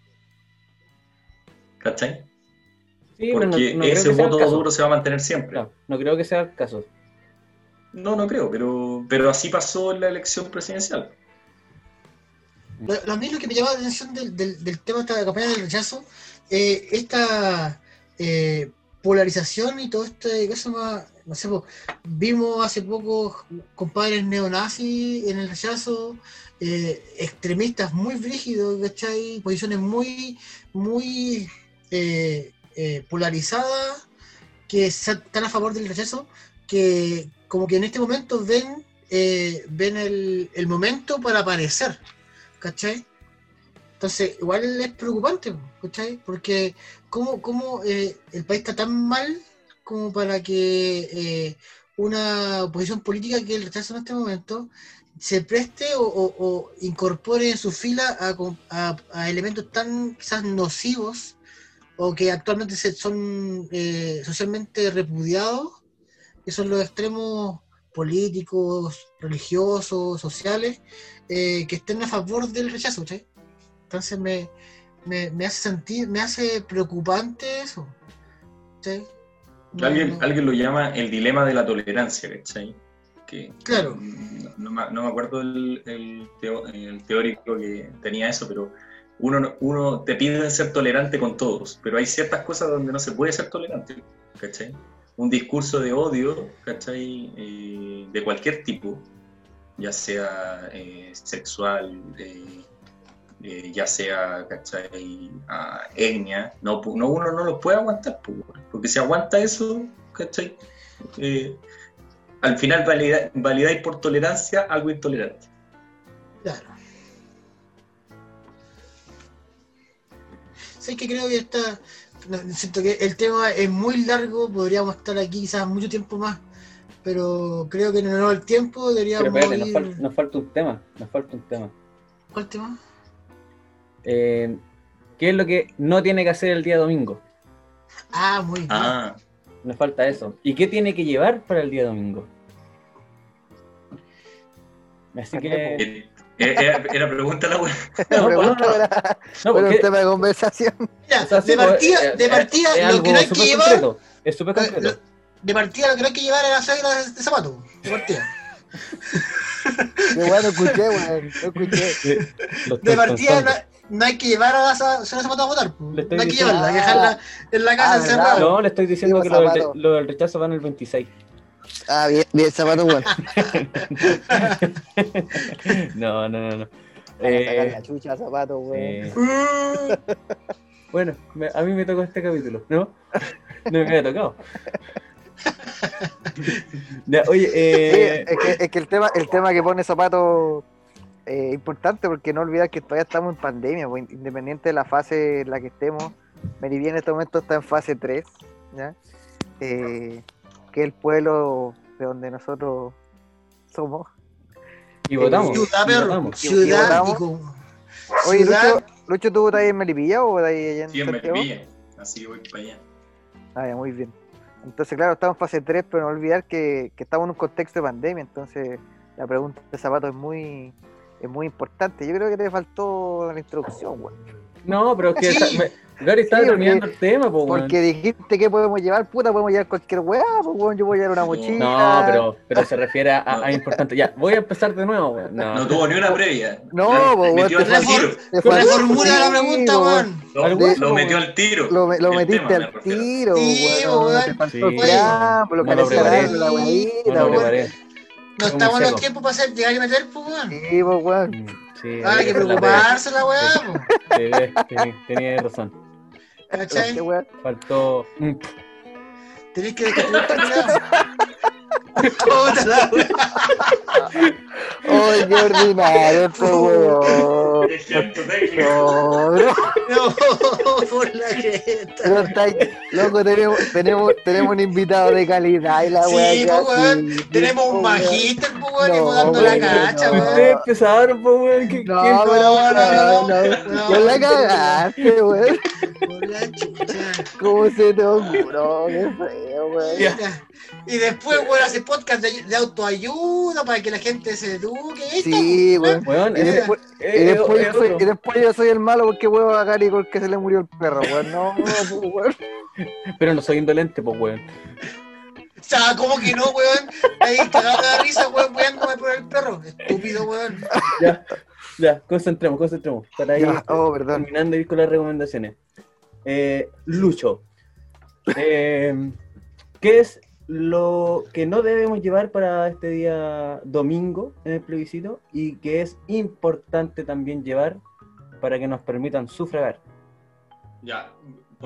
¿Cachai? Sí, porque no ese voto duro se va a mantener siempre. No creo que sea el caso. No creo, pero así pasó en la elección presidencial. A mí lo que me llama la atención del tema de la campaña del rechazo, esta polarización y todo eso más, no sé, vimos hace poco compadres neonazis en el rechazo, extremistas muy brígidos, ¿cachai? Posiciones muy polarizadas que están a favor del rechazo, que como que en este momento ven el momento para aparecer, ¿cachai? Entonces, igual es preocupante, ¿cachai? Porque cómo el país está tan mal como para que una oposición política que el rechazo en este momento se preste o incorpore en su fila a elementos tan quizás nocivos o que actualmente son socialmente repudiados, que son los extremos políticos, religiosos, sociales, que estén a favor del rechazo, ¿sí? Entonces me hace sentir, me hace preocupante eso, ¿sí? Alguien lo llama el dilema de la tolerancia, ¿cachai? Que claro. No me acuerdo el teórico que tenía eso, pero uno te pide ser tolerante con todos, pero hay ciertas cosas donde no se puede ser tolerante, ¿cachai? Un discurso de odio, ¿cachai? De cualquier tipo, ya sea sexual, ya sea, ¿cachai? Etnia, uno no lo puede aguantar, porque si aguanta eso, ¿cachai? Al final validáis por tolerancia algo intolerante. Claro. Sí, que creo que siento que el tema es muy largo, podríamos estar aquí quizás mucho tiempo más, pero creo que no el tiempo, deberíamos pero ir... nos falta un tema. ¿Cuál tema? ¿Qué es lo que no tiene que hacer el día domingo? Muy bien. Nos falta eso. ¿Y qué tiene que llevar para el día domingo? Así que... Era pregunta la wea. No, porque un tema de conversación. Ya, de partida lo que no hay que llevar... Es súper concreto. De partida lo que no hay que llevar es la suegra de zapatos. De partida. Qué bueno, escuché, weón. No escuché. De partida no hay que llevar a la suegra de zapatos a votar. No hay que llevarla, hay que dejarla en la casa encerrada. No, le estoy diciendo que lo del rechazo van el 26. Bien, zapato, weón. No. Sacar la chucha, zapato, weón. Bueno, a mí me tocó este capítulo, ¿no? No me había tocado. Ya, oye, es que el tema que pone zapato es importante, porque no olvidar que todavía estamos en pandemia, pues, independiente de la fase en la que estemos. Meridian en este momento está en fase 3, ¿ya? Que es el pueblo de donde nosotros somos. Y votamos. Ciudad. Oye, Lucho, ¿tú votas ahí en Melipilla o votas ahí allá en Sí, en Santiago? Melipilla, así que voy para allá. Ya, muy bien. Entonces, claro, estamos en fase 3, pero no olvidar que estamos en un contexto de pandemia, entonces la pregunta de zapatos es muy importante. Yo creo que te faltó la introducción, güey. No, pero es que Gary estaba terminando el tema, po, porque dijiste que podemos llevar, podemos llevar cualquier weá, pues, weón, yo voy a llevar una mochila. No, pero se refiere a importante. Ya, voy a empezar de nuevo, weón. No tuvo ni una previa. No, pues, metió al tiro. Reformula la pregunta, weón. Lo metió al tiro. Lo metiste al tiro, weón. Te faltó el preámbulo, no lo preparé. la weá, no lo preparé. No estamos en los tiempos para llegar y meter, pues, weón. Sí, pues, weón. Sí, ahora hay que preocuparse la weá, pues. Tenía razón. ¿Cachai? Faltó. Tenés que puta la weá. ¡Ay, qué ordinario este weón! No, por la jeta. Loco, tenemos un invitado de calidad y la weá. Sí, pues, weón. Tenemos un magíster, pues, weón, y dando la cacha, weón. Ustedes empezaron, pues, weón. No. Yo la cagaste, weón. Por la chucha. ¿Cómo se te ocurrió? Qué feo, weón. Y después, weón, hace podcast de autoayuda para que la gente se eduque. Sí, weón. Y después yo soy el malo porque huevo a Gary porque se le murió el perro, weón. No, weón. Pero no soy indolente, pues, weón. O sea, ¿cómo que no, weón? Ahí cagado de risa, weón, weándome por el perro. Estúpido, weón. Ya, concentremos. Para ir perdón. Terminando y ir con las recomendaciones. Lucho, ¿qué es lo que no debemos llevar para este día domingo en el plebiscito y que es importante también llevar para que nos permitan sufragar? Ya, bueno,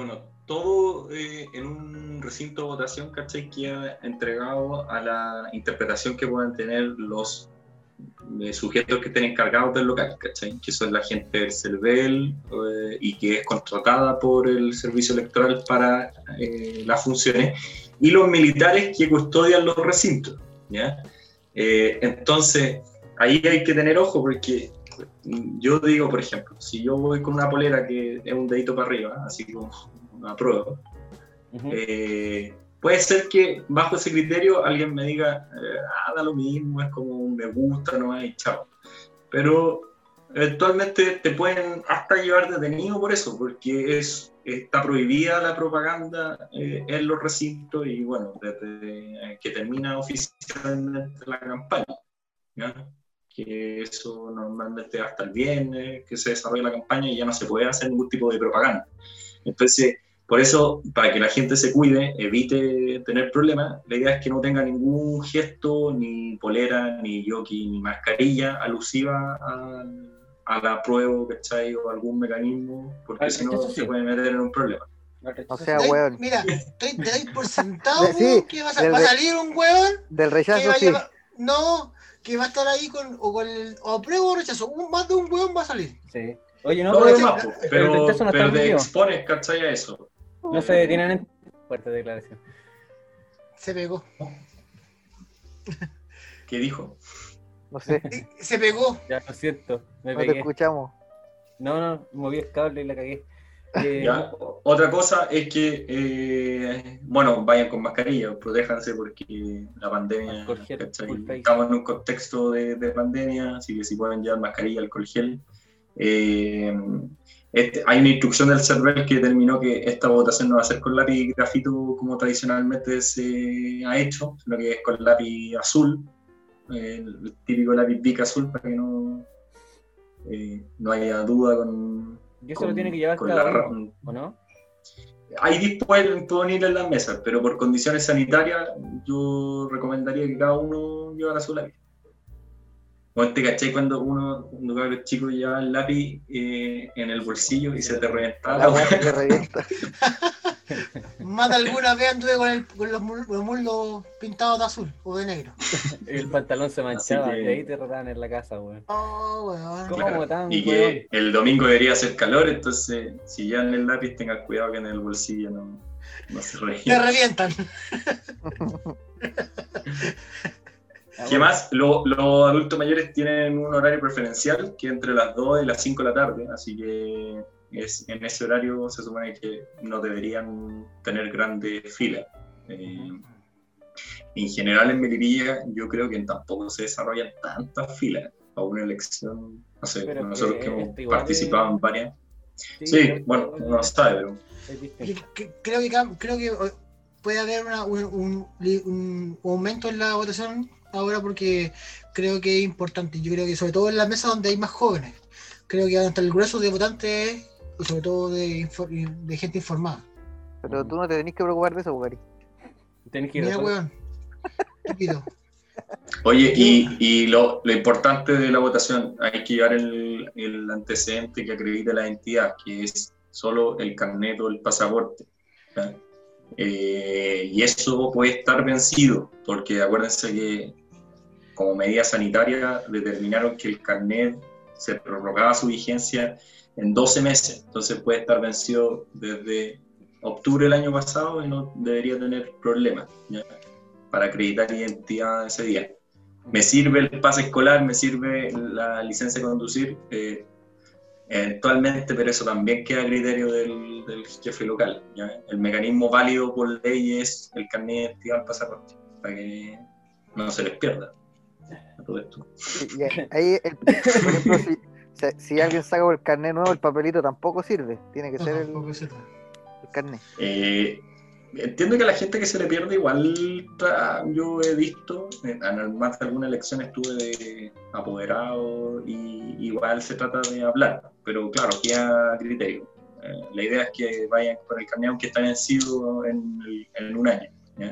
todo en un recinto de votación, ¿cachai? Queda entregado a la interpretación que puedan tener los sujetos que estén encargados del local, ¿cachai? Que son la gente del CERVEL y que es contratada por el servicio electoral para las funciones, y los militares que custodian los recintos, ¿ya? Entonces, ahí hay que tener ojo, porque yo digo, por ejemplo, si yo voy con una polera que es un dedito para arriba, así como una prueba, puede ser que bajo ese criterio alguien me diga, da lo mismo, es como un me gusta, no hay chao. Pero eventualmente te pueden hasta llevar detenido por eso, porque está prohibida la propaganda en los recintos, y bueno, desde que termina oficialmente la campaña, ¿ya? Que eso normalmente hasta el viernes que se desarrolla la campaña y ya no se puede hacer ningún tipo de propaganda. Entonces, por eso, para que la gente se cuide, evite tener problemas, la idea es que no tenga ningún gesto, ni polera, ni jockey, ni mascarilla alusiva a la prueba, ¿cachai? O algún mecanismo, porque si no se puede meter en un problema. O sea, weón. Mira, te doy por sentado, Sí, que va a salir un weón del rechazo, que sí. No, que va a estar ahí o apruebo o rechazo. Más de un weón va a salir. Sí. Oye, no, Todo pero, lo demás, pero el rechazo no está te prohibido. expones, ¿cachai? A eso. No se detienen en fuerte declaración. Se pegó. ¿Qué dijo? No sé. Se pegó. Ya, lo siento, me No pegué. te escuchamos. No, moví el cable y la cagué. Ya. Otra cosa es que, bueno, vayan con mascarilla, protéjanse porque la pandemia, ¿cachai? Estamos en un contexto de pandemia, así que si pueden llevar mascarilla, alcohol gel. Hay una instrucción del CERVEL que determinó que esta votación no va a ser con lápiz y grafito como tradicionalmente se ha hecho, sino que es con lápiz azul, el típico lápiz Bic azul, para que no haya duda con... ¿Y eso lo tiene que llevar con cada uno, o no? Ahí pueden ir en las mesas, pero por condiciones sanitarias yo recomendaría que cada uno llevara su lápiz. ¿Vos te cachai cuando los chicos lleva el lápiz en el bolsillo y se te reventa la hueá? Te revienta. Más de alguna vez anduve con los muslos pintados de azul o de negro. El pantalón se manchaba que... y ahí te rotaban en la casa, weón. Oh, weón. Claro. Y que el domingo debería hacer calor, entonces si ya en el lápiz tengas cuidado que en el bolsillo no se revienta. Te revientan. ¿Qué más? Los adultos mayores tienen un horario preferencial que es entre las 2 y las 5 de la tarde, así que en ese horario se supone que no deberían tener grandes filas. En general en Melipilla yo creo que tampoco se desarrollan tantas filas para una elección, no sé, pero nosotros que hemos participado en varias. Sí, bueno, no sabe, pero... Creo que puede haber un aumento en la votación ahora, porque creo que es importante. Yo creo que sobre todo en las mesas donde hay más jóvenes, creo que hasta el grueso de votantes y sobre todo de gente informada. Pero tú no te tenés que preocupar de eso, Bugari. Tenés que ir. Mira, weón. Rápido. Oye, y lo importante de la votación, hay que llevar el antecedente que acredite la entidad, que es solo el carnet o el pasaporte, ¿sí? Y eso puede estar vencido, porque acuérdense que como medida sanitaria determinaron que el carnet se prorrogaba su vigencia en 12 meses, entonces puede estar vencido desde octubre del año pasado y no debería tener problemas, ¿ya? Para acreditar identidad ese día. Me sirve el pase escolar, me sirve la licencia de conducir, eventualmente, pero eso también queda a criterio del jefe local, ¿ya? El mecanismo válido por ley es el carnet de identidad al pasaporte, para que no se les pierda todo esto. Y ahí, por ejemplo, si alguien saca el carnet nuevo, el papelito tampoco sirve, tiene que ser el carnet. Entiendo que a la gente que se le pierde igual, yo he visto, en más de alguna elección estuve de apoderado y igual se trata de hablar, pero claro, queda a criterio. La idea es que vayan por el carnet aunque está vencido en un año, ¿ya?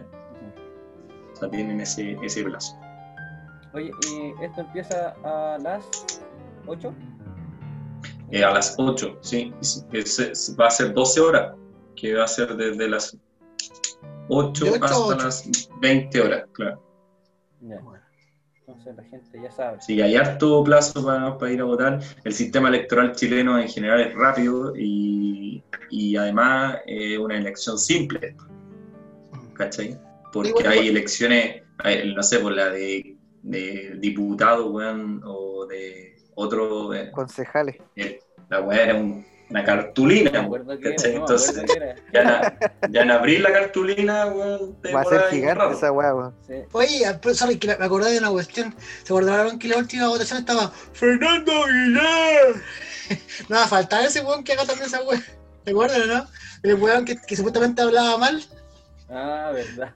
O sea, tienen ese plazo. Oye, ¿y esto empieza a las 8? A las 8, sí, va a ser 12 horas. que va a ser desde las 8 De 8 a hasta 8. las 20 horas, claro. Ya. Entonces la gente ya sabe. Sí, hay harto plazo para ir a votar. El sistema electoral chileno en general es rápido y además una elección simple, ¿cachai? Porque hay elecciones, no sé, por la de diputado, weón, o de otro... Concejales. La weá era una cartulina, ¿cachai? Entonces, ya en abrir la cartulina, weón, Va a ser gigante esa weá, weón. Sí. Oye, sorry, que me acordé de una cuestión. ¿Se acordaron que la última votación estaba Fernando Aguilar? No va a faltar ese weón que haga también esa weá. ¿Se acuerdan o no? El weón que supuestamente hablaba mal. Ah, verdad.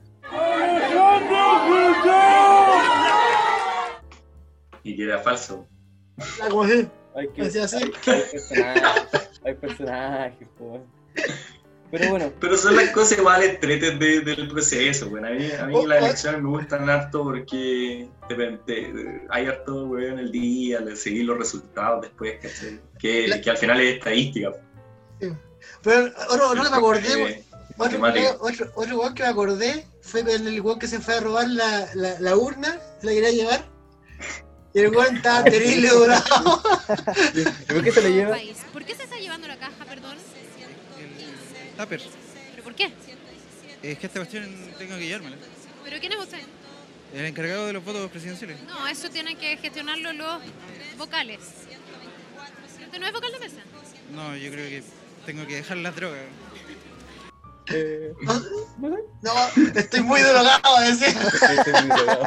Y que era falso. Como así. Hay personajes, pues. Pero bueno. Pero son las cosas igual entretes del proceso, bueno. A mí las elecciones me gustan harto porque hay harto, weón, en el día, de seguir los resultados después, ¿cachai? Que al final es estadística. Sí. Pero otro que me acordé, otro weón que me acordé fue con el weón que se fue a robar la urna, se la quería llevar. Y el weón estaba terrible dorado. ¿Por qué se le lleva? ¿Por qué se está llevando la caja, perdón? El tupper. ¿Pero por qué? Es que esta cuestión tengo que llevármela. ¿Pero quién es usted? El encargado de los votos presidenciales. No, eso tienen que gestionarlo los vocales. ¿Usted no es vocal de mesa? No, yo creo que tengo que dejar las drogas. No, estoy muy drogado, decía. Estoy muy drogado.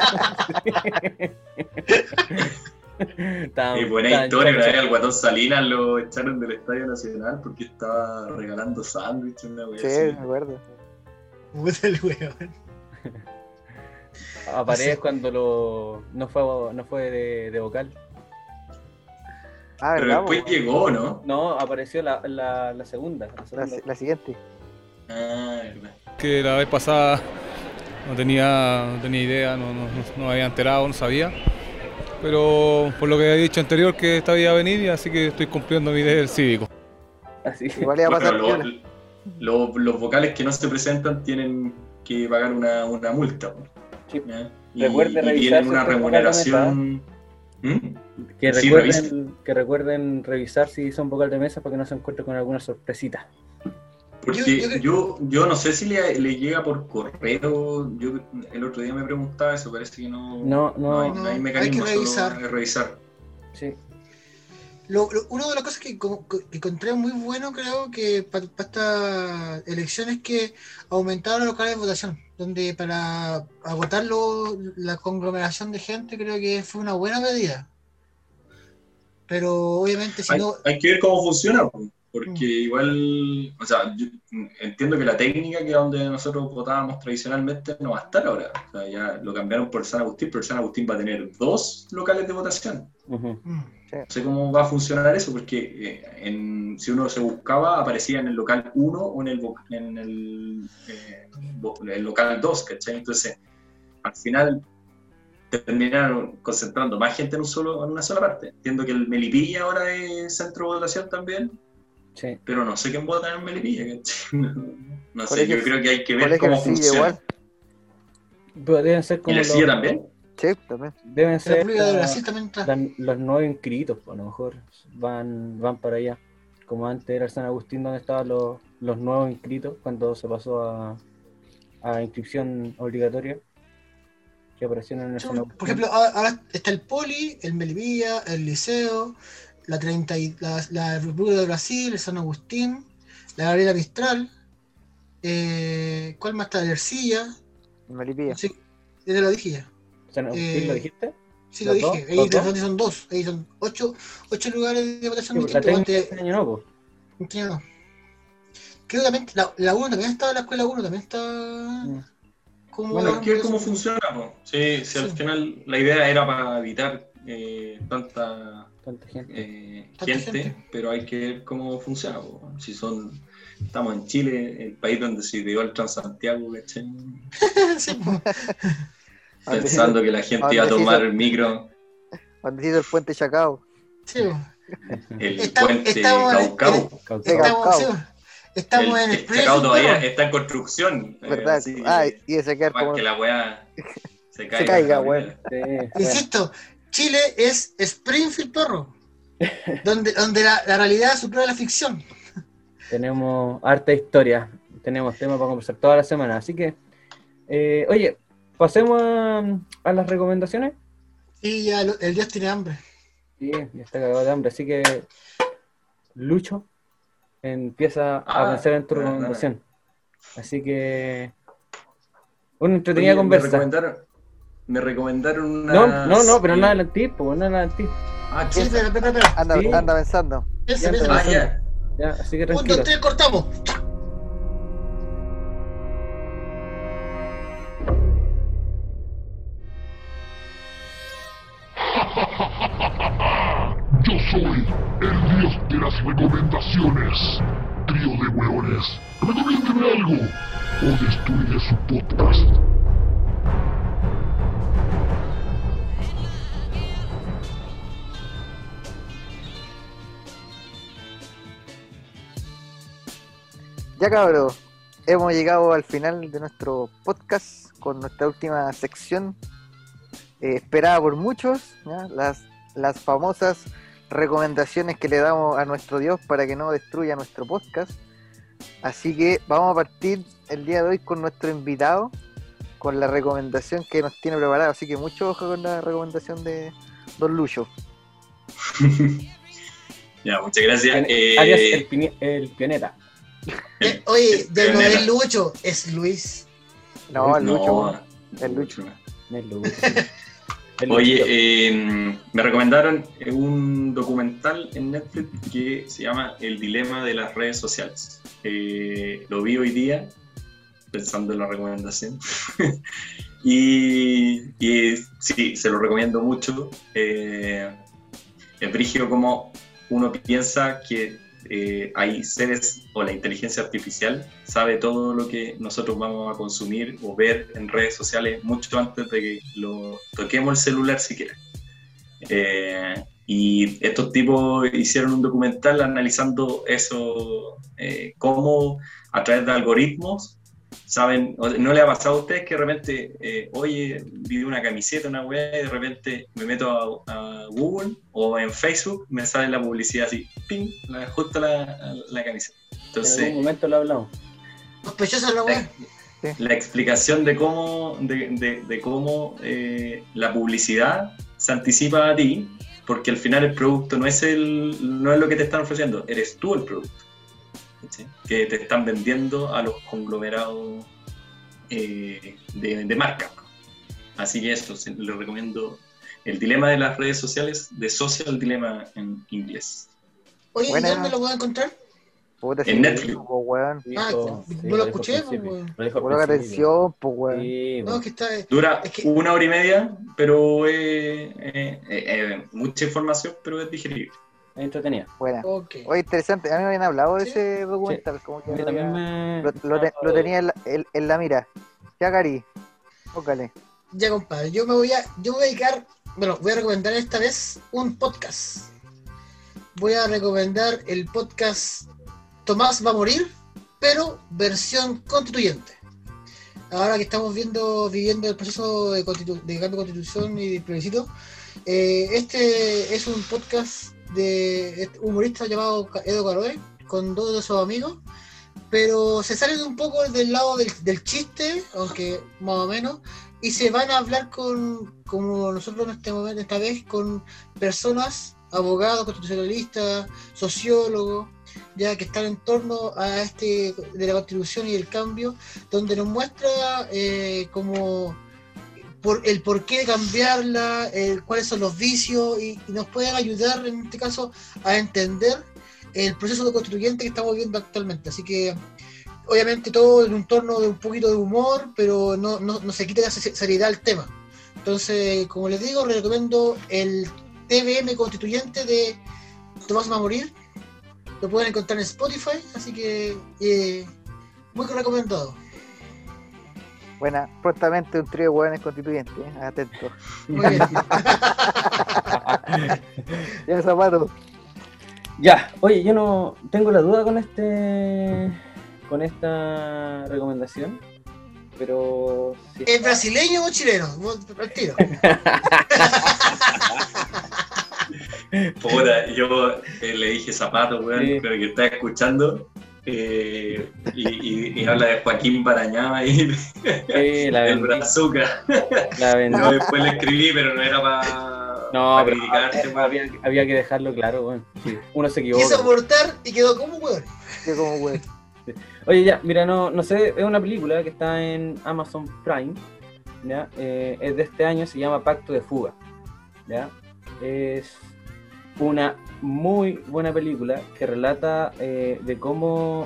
Y buena historia, una vez al Guatón Salinas lo echaron del Estadio Nacional porque estaba regalando sándwiches, una wea Sí, así. me acuerdo. Puta el weón. Aparece cuando no fue de vocal. Ah, pero ¿verdad? después llegó, ¿no? No, apareció la segunda. La siguiente. Ah, verdad. Que la vez pasada no tenía idea, no me había enterado, no sabía. Pero por lo que he dicho anterior que esta iba a venir, así que estoy cumpliendo mi deber cívico. Así. Igual iba a pasar. Los vocales que no se presentan tienen que pagar una multa. Sí. Y tienen una remuneración. Que recuerden revisar si son vocal de mesa para que no se encuentren con alguna sorpresita. Porque yo no sé si le llega por correo. Yo el otro día me preguntaba eso, parece que no hay mecanismo de revisar. Sí. Una de las cosas que encontré muy bueno, creo que para estas elecciones, es que aumentaron los locales de votación, donde para agotar la conglomeración de gente, creo que fue una buena medida. Pero obviamente hay que ver cómo funciona, porque igual, o sea, yo entiendo que la técnica que es donde nosotros votábamos tradicionalmente no va a estar ahora. O sea, ya lo cambiaron por San Agustín, pero San Agustín va a tener 2 locales de votación. No sé cómo va a funcionar eso, porque si uno se buscaba, aparecía en el local 1 o en el local 2, ¿cachai? Entonces, al final terminaron concentrando más gente en una sola parte. Entiendo que el Melipilla ahora es centro de votación también, sí. Pero no sé quién vota en el Melipilla, ¿cachai? No sé, yo creo que hay que ver cómo funciona. Igual. Pero deben ser como ¿Y la silla también? Sí, también. Deben ser también los nuevos inscritos, a lo mejor van para allá. Como antes era el San Agustín donde estaban los nuevos inscritos, cuando se pasó a inscripción obligatoria, que aparecieron en el San Agustín. Por ejemplo, ahora está el Poli, el Melipilla, el Liceo, la República de Brasil, el San Agustín, la Gabriela Mistral, ¿cuál más está? El Ercilla. Melipilla. Sí, ya te lo dije ya. ¿San Agustín lo dijiste? Sí, lo dije. Ahí son 2. Ahí son 8 lugares de votación distintos. Este año no, pues. Este año no. Creo que también la 1 también está, la escuela 1 también está. Bueno, es que cómo funciona, pues. Sí, al final la idea era para evitar tanta gente, pero hay que ver cómo funciona, pues. Si estamos en Chile, el país donde se ideó el Transantiago, ¿cachai? Sí, pues. Pensando que la gente iba a tomar el micro. Donde hizo el puente Chacao. Sí. El puente Caucao. Estamos en el chacao todavía está en construcción. ¿Verdad? Y ese quedar como... que la weá se caiga, weón. Insisto, Chile es Springfield, perro. donde la realidad supera la ficción. Tenemos harta historia. Tenemos temas para conversar toda la semana. Así que, oye, pasemos a las recomendaciones. Sí, ya el Dios tiene hambre. Sí, ya está cagado de hambre. Así que, Lucho empieza a pensar en tu recomendación. Así que, una entretenida conversa. Me recomendaron una... No, pero no adelantí, Sí, espera. Anda pensando. Ya, así que 1, tranquilo. 2, 3, cortamos. Yo soy el dios de las recomendaciones. Trío de hueones, recomiéndeme algo o destruiré su podcast. Ya cabros, hemos llegado al final de nuestro podcast con nuestra última sección esperada por muchos, ¿ya? Las famosas recomendaciones que le damos a nuestro Dios para que no destruya nuestro podcast. Así que vamos a partir el día de hoy con nuestro invitado, con la recomendación que nos tiene preparada. Así que mucho ojo con la recomendación de Don Lucho. Ya, muchas gracias. Alias el pionera. Oye, no es Lucho, es Luis. No, el Lucho. El Lucho. Oye, me recomendaron un documental en Netflix que se llama El dilema de las redes sociales. Lo vi hoy día, pensando en la recomendación. y sí, se lo recomiendo mucho. Es brígido como uno piensa que hay seres o la inteligencia artificial sabe todo lo que nosotros vamos a consumir o ver en redes sociales mucho antes de que lo toquemos el celular siquiera. Y estos tipos hicieron un documental analizando eso, cómo a través de algoritmos saben. ¿No le ha pasado a ustedes que de repente, oye, vi una camiseta, una weá, y de repente me meto a Google o en Facebook, me sale la publicidad así, ping, justo la camiseta? Entonces, en algún momento lo hablamos. Sospechosa la weá. La explicación de cómo, de cómo la publicidad se anticipa a ti, porque al final el producto no es lo que te están ofreciendo, eres tú el producto. ¿Sí? Que te están vendiendo a los conglomerados de marca. Así que eso, les recomiendo El dilema de las redes sociales, de Social Dilemma en inglés. Oye, ¿y dónde lo voy a encontrar? En Netflix. No lo escuché, weón. Pon atención, pues, weón. No, que está... Dura 1 hora y media, pero mucha información, pero es digerible. Es entretenida. Buena. Okay. Oye, interesante. A mí me habían hablado de ese documental. Sí. Como que lo tenía en la mira. Ya, Cari. Ócale. Ya, compadre. Yo me voy a dedicar... Bueno, voy a recomendar esta vez un podcast. Voy a recomendar el podcast Tomás va a morir, pero versión constituyente. Ahora que estamos viviendo el proceso de cambio de constitución y de plebiscito, este es un podcast de un humorista llamado Edo Caroe, con 2 de sus amigos, pero se salen un poco del lado del chiste, aunque más o menos, y se van a hablar como nosotros en este momento, esta vez, con personas, abogados, constitucionalistas, sociólogos, ya que están en torno a de la constitución y el cambio, donde nos muestra como el porqué de cambiarla, cuáles son los vicios, y nos pueden ayudar en este caso a entender el proceso de constituyente que estamos viviendo actualmente. Así que obviamente todo en un torno de un poquito de humor, pero no se quita la seriedad al tema. Entonces, como les digo, les recomiendo el TVM Constituyente de Tomás va a morir. Lo pueden encontrar en Spotify, así que muy recomendado. Buena, prontamente un trío de hueones constituyentes, atento. Muy bien. Ya, Zapato. Ya, oye, yo no tengo la duda con esta recomendación, pero si ¿Es brasileño o chileno? Vos, al tiro. Puta, yo le dije Zapato, weón, Sí. pero que está escuchando y habla de Joaquín Barañaba y la el vendí. Brazuca. La vendí. Yo después le escribí, pero no era para No, pero criticarte, weón. había que dejarlo claro, bueno. Sí, uno se equivoca. Quiso abortar y quedó como hueón. Quedó como hueón. Oye, ya, mira, no sé, es una película que está en Amazon Prime, ¿ya? Es de este año, se llama Pacto de Fuga, ¿ya? Es una muy buena película que relata de cómo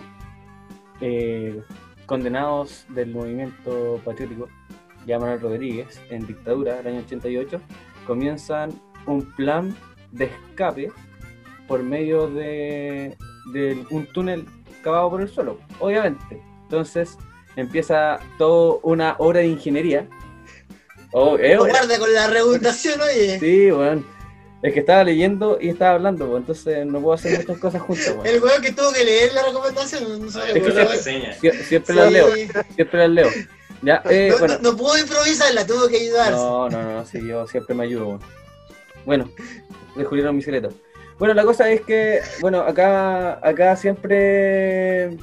condenados del movimiento patriótico, ya Manuel Rodríguez, en dictadura, el año 88, comienzan un plan de escape por medio de un túnel cavado por el suelo, obviamente. Entonces empieza toda una obra de ingeniería. Guarda con la redundación, oye. Sí, bueno. Es que estaba leyendo y estaba hablando, pues, entonces no puedo hacer muchas cosas juntas. Bueno. El weón que tuvo que leer la recomendación, no sabe. Es que siempre las leo, siempre las leo. Ya, bueno. No puedo improvisarla, tuvo que ayudarse. No, sí, yo siempre me ayudo. Bueno, descubrieron mi secreto. Bueno, la cosa es que, bueno, acá siempre,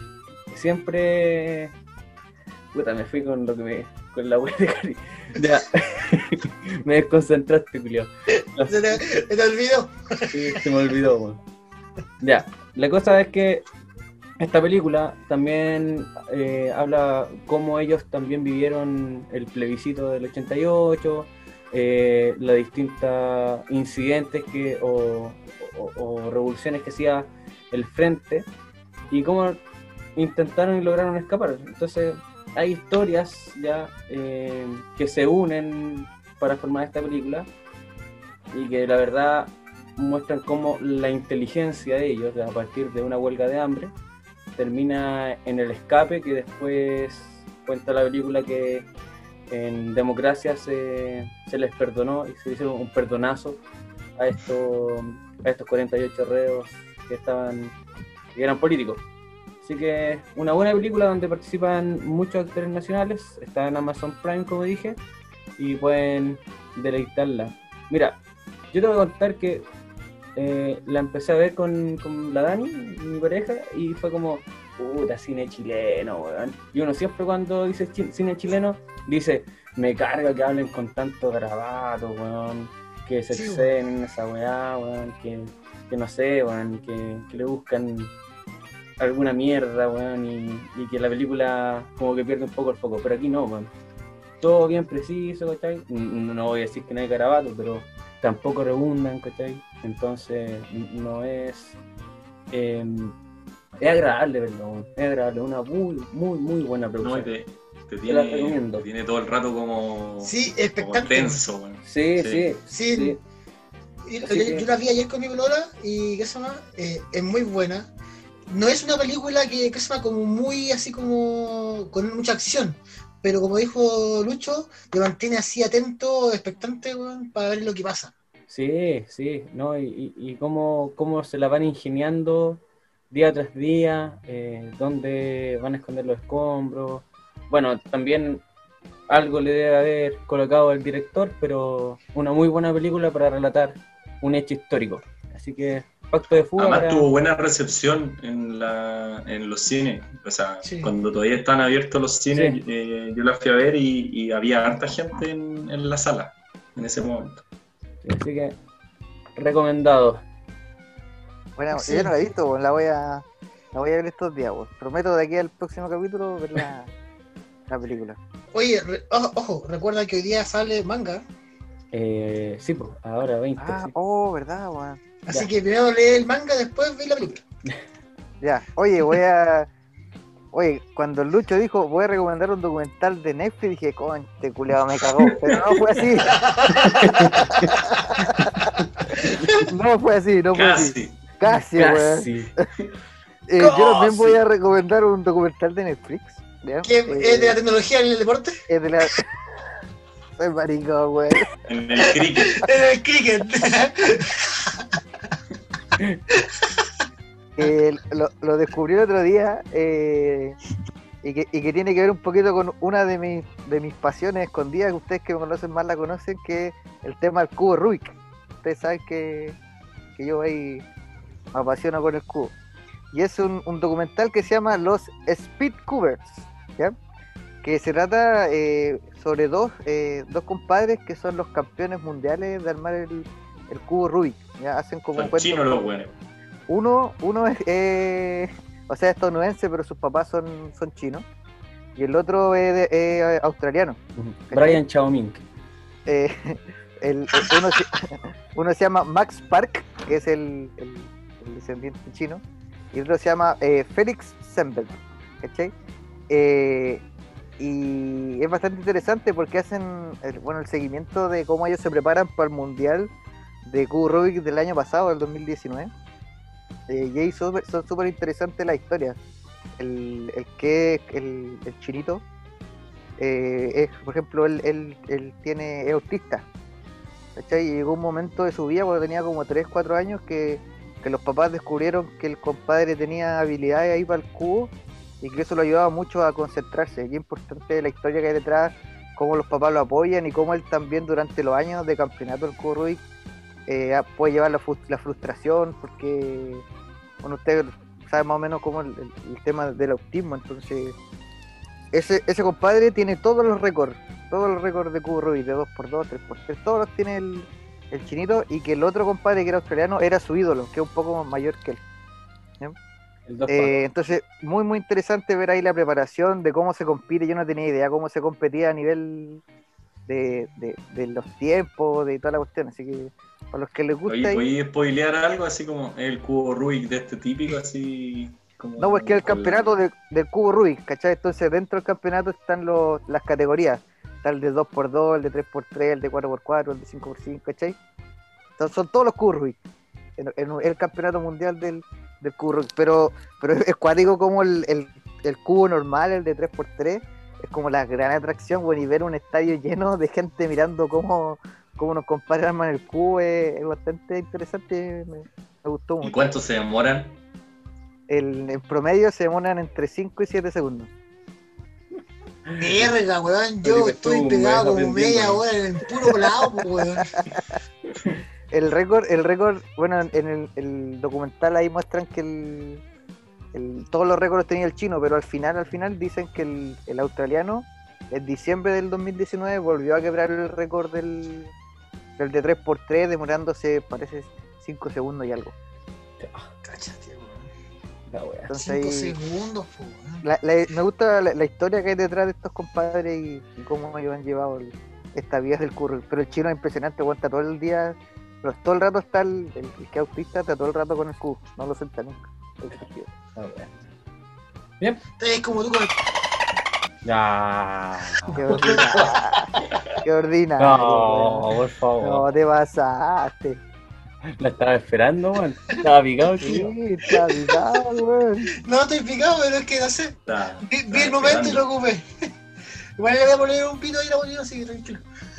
puta, me fui con con la web de Cari. Ya, me desconcentraste, Julio. ¿Se te olvidó? Sí, se me olvidó, bueno. Ya, la cosa es que esta película también habla cómo ellos también vivieron el plebiscito del 88, las distintas incidentes o revoluciones que hacía el frente y cómo intentaron y lograron escapar. Entonces hay historias ya que se unen para formar esta película y que la verdad muestran cómo la inteligencia de ellos, a partir de una huelga de hambre, termina en el escape, que después cuenta la película que en democracia se les perdonó y se hizo un perdonazo a estos 48 reos que eran políticos. Así que una buena película donde participan muchos actores nacionales, está en Amazon Prime, como dije, y pueden deleitarla. Mira, yo te voy a contar que la empecé a ver con la Dani, mi pareja, y fue como, puta, cine chileno, weón. Y uno siempre cuando dice cine chileno, dice, me carga que hablen con tanto garabato, weón, que se exceden en esa weá, weón, que no sé, weón, que le buscan alguna mierda, weón, y que la película como que pierde un poco el foco, pero aquí no, weón. Todo bien preciso, ¿cachai? No voy a decir que no hay garabato, pero tampoco redundan, ¿cachai? Entonces no es... es agradable verlo, weón. Es agradable, una muy buena producción. No, te tiene todo el rato como, sí, como tenso, weón. Sí. Yo la vi ayer con mi polola y ¿qué se llama? Es muy buena. No es una película que se llama como muy así como con mucha acción, pero como dijo Lucho, te mantiene así atento, expectante, weón, para ver lo que pasa. Sí, ¿no? Y cómo se la van ingeniando día tras día, dónde van a esconder los escombros. Bueno, también algo le debe haber colocado el director, pero una muy buena película para relatar un hecho histórico. Así que Pacto de Fuga. Además tuvo buena recepción en los cines, o sea, cuando todavía estaban abiertos los cines, yo la fui a ver y había harta gente en la sala en ese momento. Así que recomendado. Bueno, yo no la he visto, la voy a ver estos días, pues. Prometo de aquí al próximo capítulo ver la película. Oye, ojo, recuerda que hoy día sale manga. Sí, pues, ahora 20. Ah, sí. Verdad, weón. Así que primero lee el manga, después ve la película. Ya, oye, cuando el Lucho dijo voy a recomendar un documental de Netflix, dije, conche, culiado, me cagó. Pero no fue así. No fue así. Casi, weón. Yo también voy a recomendar un documental de Netflix. ¿Ya? ¿Qué es de la tecnología en el deporte? Es de la... Soy marico, weón. En el cricket. Lo descubrí el otro día y que tiene que ver un poquito con una de mis pasiones escondidas, que ustedes que me conocen más la conocen, que es el tema del cubo Rubik. Ustedes saben que yo ahí me apasiono con el cubo. Y es un documental que se llama Los Speedcubers, ¿ya? Que se trata sobre dos compadres que son los campeones mundiales de armar el cubo Rubik. ¿Ya? Hacen como Son chinos los buenos. Uno es o sea, estadounidense, pero sus papás son chinos. Y el otro es australiano. Brian Chaoming. Uno se llama Max Park, que es el descendiente chino. Y el otro se llama Felix Sembel. ¿Cachai? Y es bastante interesante porque hacen el seguimiento de cómo ellos se preparan para el mundial de cubo Rubik del año pasado, del 2019. Y ahí son súper interesantes las historias. El chinito por ejemplo, él es autista, ¿cachai? Y llegó un momento de su vida cuando tenía como 3-4 años que los papás descubrieron que el compadre tenía habilidades ahí para el cubo y que eso lo ayudaba mucho a concentrarse. Y es importante la historia que hay detrás, cómo los papás lo apoyan y cómo él también durante los años de campeonato del cubo Rubik puede llevar la frustración, porque bueno, usted sabe más o menos cómo el tema del autismo. Entonces ese compadre tiene todos los récords de cubo Rubik, de 2x2, 3x3, todos los tiene el chinito, y que el otro compadre que era australiano era su ídolo, que es un poco mayor que él. Entonces muy muy interesante ver ahí la preparación de cómo se compite. Yo no tenía idea cómo se competía a nivel de los tiempos, de toda la cuestión, así que para los que les gusta. Oye, ¿podéis spoilear algo así como el cubo Rubik de este típico así? Como no, pues que es el campeonato del cubo Rubik, ¿cachai? Entonces dentro del campeonato están las categorías. Está el de 2x2, el de 3x3, el de 4x4, el de 5x5, ¿cachai? Entonces son todos los cubos Rubik. El campeonato mundial del cubo Rubik. Pero es cuático como el cubo normal, el de 3x3, es como la gran atracción, bueno, y ver un estadio lleno de gente mirando cómo nos compadres arman el cubo es bastante interesante, me gustó mucho. ¿Y cuánto se demoran? En promedio se demoran entre 5 y 7 segundos. Verga, weón, yo estoy pegado como media hora en el puro volado, weón. El récord, bueno, en el documental ahí muestran que todos los récords tenía el chino, pero al final dicen que el australiano en diciembre del 2019 volvió a quebrar el récord del de 3x3, demorándose, parece, 5 segundos y algo. Cáchate, Entonces, 5 segundos, me gusta la historia que hay detrás de estos compadres y cómo ellos han llevado esta vida del curro. Pero el chino es impresionante, aguanta todo el día, pero todo el rato está el que es autista, está todo el rato con el cubo, no lo suelta nunca. Bien. Es como tú con el... Ya. Qué ordinario. No, por favor. No, te pasaste. La estaba esperando, weón. Estaba picado, tío. Sí, estaba picado, weón. No estoy picado, pero es que no sé. Vi el momento y lo ocupé. Igual le voy a poner un pito ahí a la bolina, así que tranquilo.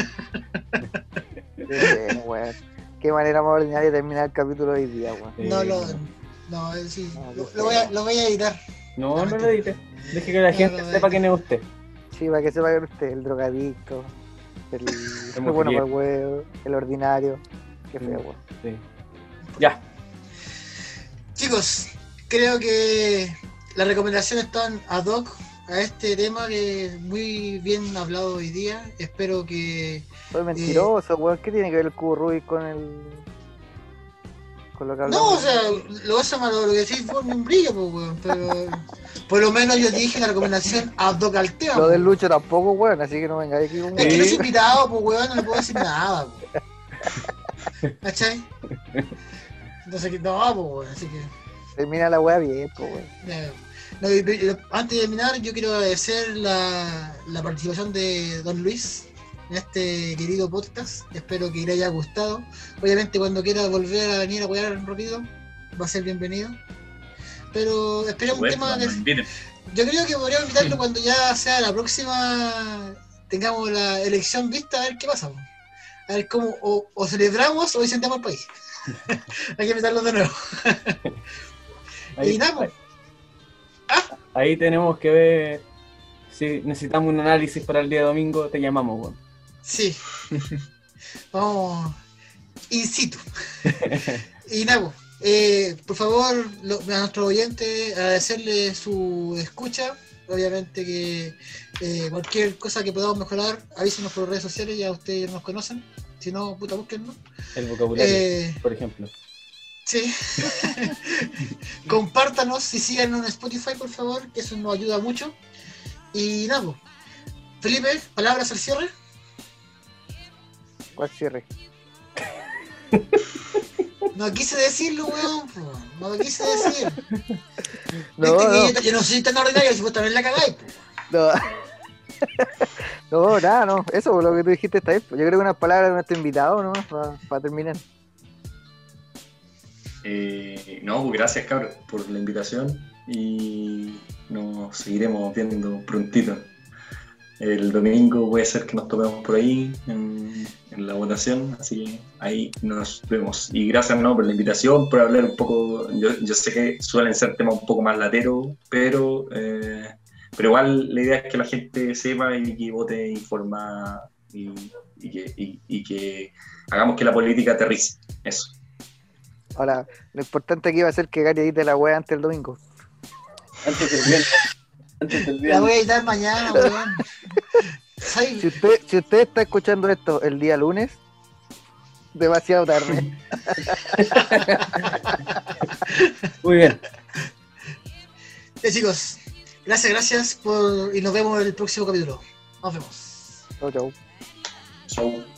Bueno, weón. Qué manera más ordinaria de terminar el capítulo de hoy día, weón. Sí. Lo voy a editar. No lo edite. Deje que la gente sepa quién es usted. Sí, para que sepa quién es usted. El drogadicto, el bueno para el huevo, el ordinario. Qué feo, weón. Sí. Ya. Chicos, creo que las recomendaciones están ad hoc a este tema que muy bien hablado hoy día. Espero que... Soy mentiroso, weón. ¿Qué tiene que ver el cubo Rubik con lo que hablamos? No, o sea, lo que decís fue un brillo, pues, weón. Pero por lo menos yo dije la recomendación ad hoc al tema. Lo del Lucho tampoco, weón, así que no vengáis aquí con... Es que no soy invitado, pues, weón, no le puedo decir nada, pues. ¿Cachai? Entonces, no, pues, weón, así que... Termina la weá bien, pues, weón. No, antes de terminar, yo quiero agradecer la participación de Don Luis en este querido podcast. Espero que le haya gustado. Obviamente, cuando quiera volver a venir a apoyar rápido, va a ser bienvenido. Pero esperemos un tema que... Yo creo que podríamos invitarlo cuando ya sea la próxima, tengamos la elección vista, a ver qué pasa. A ver cómo o celebramos o incendiamos el país. Hay que invitarlo de nuevo. Y nada, pues. Ahí tenemos que ver si necesitamos un análisis para el día domingo, te llamamos, weón. Sí. Vamos in situ. Y nada, por favor, a nuestros oyentes, agradecerle su escucha. Obviamente que cualquier cosa que podamos mejorar, avísenos por redes sociales, ya ustedes nos conocen. Si no, puta, búsquennos. El vocabulario, por ejemplo. Sí. Compártanos y síganos en Spotify, por favor, que eso nos ayuda mucho. Y nada, pues. Felipe, palabras al cierre. ¿Cuál cierre? No quise decirlo, weón. No lo quise decir. No, Viste que yo no soy tan ordinario, si vos también la cagáis. No. No, nada, no. Eso lo que tú dijiste está bien. Yo creo que unas palabras de nuestro invitado, ¿no? Para terminar. No, pues gracias, cabros, por la invitación y nos seguiremos viendo prontito. El domingo puede ser que nos topemos por ahí en la votación, así que ahí nos vemos. Y gracias, ¿no?, por la invitación, por hablar un poco. Yo sé que suelen ser temas un poco más lateros, pero igual la idea es que la gente sepa y que vote informada y que hagamos que la política aterrice. Eso. Ahora, lo importante aquí va a ser que Gary edite la wea antes del domingo. Antes del viernes. La voy a editar mañana, weón. Si usted está escuchando esto el día lunes, demasiado tarde. Muy bien. Chicos, gracias y nos vemos en el próximo capítulo. Nos vemos. Chau, chau. Chau.